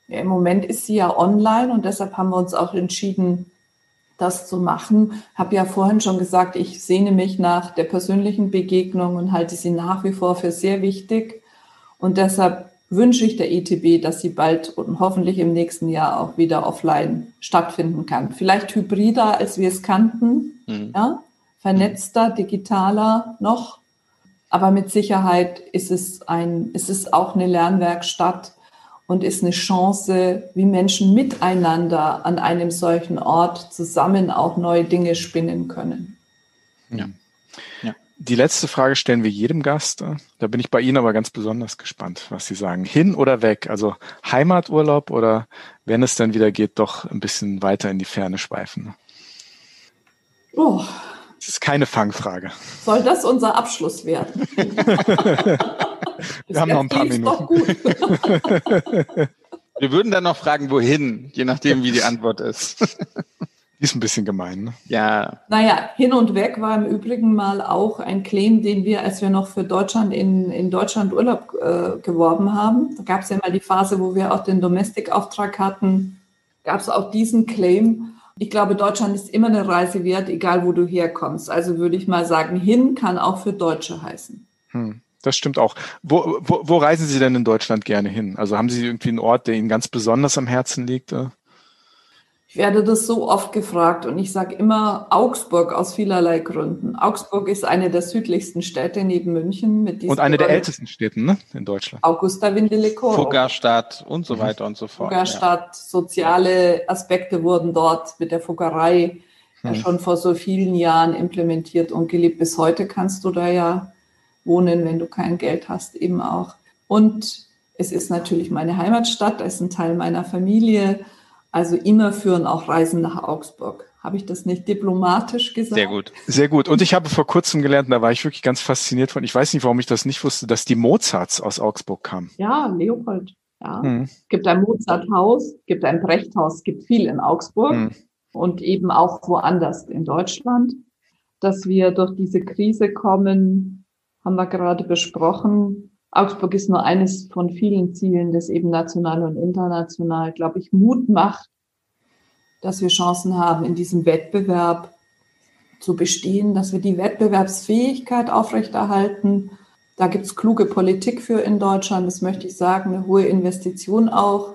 Ja, im Moment ist sie ja online und deshalb haben wir uns auch entschieden, das zu machen. Habe ja vorhin schon gesagt, ich sehne mich nach der persönlichen Begegnung und halte sie nach wie vor für sehr wichtig. Und deshalb wünsche ich der ETB, dass sie bald und hoffentlich im nächsten Jahr auch wieder offline stattfinden kann. Vielleicht hybrider, als wir es kannten, ja, vernetzter, digitaler noch. Aber mit Sicherheit ist es auch eine Lernwerkstatt und ist eine Chance, wie Menschen miteinander an einem solchen Ort zusammen auch neue Dinge spinnen können. Ja. Die letzte Frage stellen wir jedem Gast. Da bin ich bei Ihnen aber ganz besonders gespannt, was Sie sagen. Hin oder weg? Also Heimaturlaub oder, wenn es dann wieder geht, doch ein bisschen weiter in die Ferne schweifen? Oh. Das ist keine Fangfrage. Soll das unser Abschluss werden? Wir haben noch ein paar Minuten. Wir würden dann noch fragen, wohin, je nachdem, wie die Antwort ist. Die ist ein bisschen gemein, ne? Ja. Naja, hin und weg war im Übrigen mal auch ein Claim, den wir, als wir noch für Deutschland in Deutschland Urlaub geworben haben, da gab es ja mal die Phase, wo wir auch den Domestic-Auftrag hatten, gab es auch diesen Claim. Ich glaube, Deutschland ist immer eine Reise wert, egal wo du herkommst. Also würde ich mal sagen, hin kann auch für Deutsche heißen. Das stimmt auch. Wo reisen Sie denn in Deutschland gerne hin? Also haben Sie irgendwie einen Ort, der Ihnen ganz besonders am Herzen liegt? Ich werde das so oft gefragt und ich sage immer Augsburg aus vielerlei Gründen. Augsburg ist eine der südlichsten Städte neben München. Und eine der ältesten Städte, ne, in Deutschland. Augusta Vindelico. Fuggerstadt und so weiter und so fort. Fuggerstadt, soziale Aspekte wurden dort mit der Fuggerei schon vor so vielen Jahren implementiert und gelebt. Bis heute kannst du da ja wohnen, wenn du kein Geld hast, eben auch. Und es ist natürlich meine Heimatstadt, da ist ein Teil meiner Familie. Also immer führen auch Reisen nach Augsburg. Habe ich das nicht diplomatisch gesagt? Sehr gut. Sehr gut. Und ich habe vor kurzem gelernt, da war ich wirklich ganz fasziniert von, ich weiß nicht, warum ich das nicht wusste, dass die Mozarts aus Augsburg kamen. Ja, Leopold. Ja. Es gibt ein Mozarthaus, es gibt ein Brechthaus, es gibt viel in Augsburg und eben auch woanders in Deutschland. Dass wir durch diese Krise kommen, haben wir gerade besprochen. Augsburg ist nur eines von vielen Zielen, das eben national und international, glaube ich, Mut macht, dass wir Chancen haben, in diesem Wettbewerb zu bestehen, dass wir die Wettbewerbsfähigkeit aufrechterhalten. Da gibt es kluge Politik für in Deutschland, das möchte ich sagen, eine hohe Investition auch,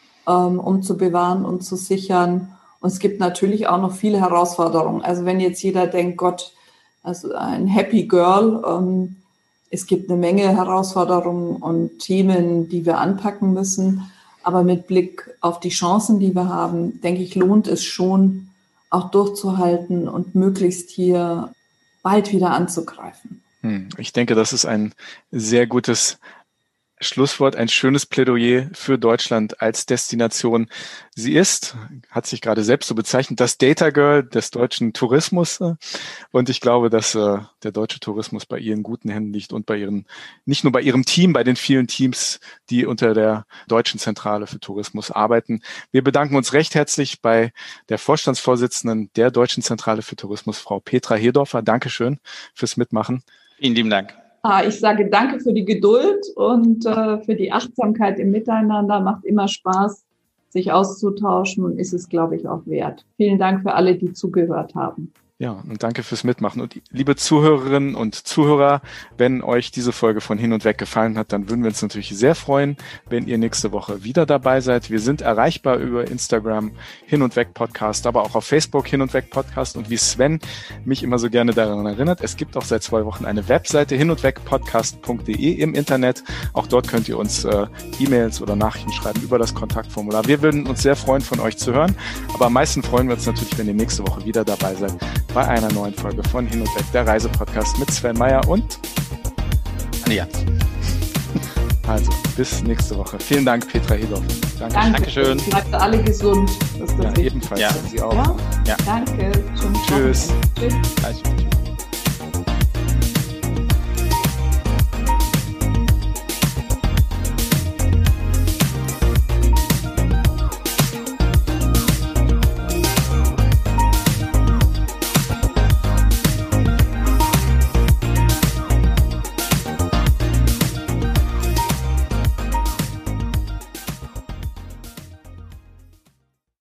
um zu bewahren und zu sichern. Und es gibt natürlich auch noch viele Herausforderungen. Also wenn jetzt jeder denkt, Gott, also ein Happy Girl, es gibt eine Menge Herausforderungen und Themen, die wir anpacken müssen. Aber mit Blick auf die Chancen, die wir haben, denke ich, lohnt es schon, auch durchzuhalten und möglichst hier bald wieder anzugreifen. Ich denke, das ist ein sehr gutes Schlusswort, ein schönes Plädoyer für Deutschland als Destination. Sie ist, hat sich gerade selbst so bezeichnet, das Data Girl des deutschen Tourismus. Und ich glaube, dass der deutsche Tourismus bei ihr in guten Händen liegt und nicht nur bei ihrem Team, bei den vielen Teams, die unter der Deutschen Zentrale für Tourismus arbeiten. Wir bedanken uns recht herzlich bei der Vorstandsvorsitzenden der Deutschen Zentrale für Tourismus, Frau Petra Hedorfer. Dankeschön fürs Mitmachen. Vielen lieben Dank. Ich sage danke für die Geduld und für die Achtsamkeit im Miteinander. Macht immer Spaß, sich auszutauschen und ist es, glaube ich, auch wert. Vielen Dank für alle, die zugehört haben. Ja, und danke fürs Mitmachen. Und liebe Zuhörerinnen und Zuhörer, wenn euch diese Folge von Hin und Weg gefallen hat, dann würden wir uns natürlich sehr freuen, wenn ihr nächste Woche wieder dabei seid. Wir sind erreichbar über Instagram Hin und Weg Podcast, aber auch auf Facebook Hin und Weg Podcast. Und wie Sven mich immer so gerne daran erinnert, es gibt auch seit 2 Wochen eine Webseite hinundwegpodcast.de im Internet. Auch dort könnt ihr uns E-Mails oder Nachrichten schreiben über das Kontaktformular. Wir würden uns sehr freuen, von euch zu hören. Aber am meisten freuen wir uns natürlich, wenn ihr nächste Woche wieder dabei seid bei einer neuen Folge von Hin und Weg, der Reisepodcast mit Sven Meyer und Anja. Also, bis nächste Woche. Vielen Dank, Petra Hedorf. Dankeschön. Bleibt alle gesund. Das ist ebenfalls. Ja. Sie auch. Ja? Danke. Tschüss. Tschüss.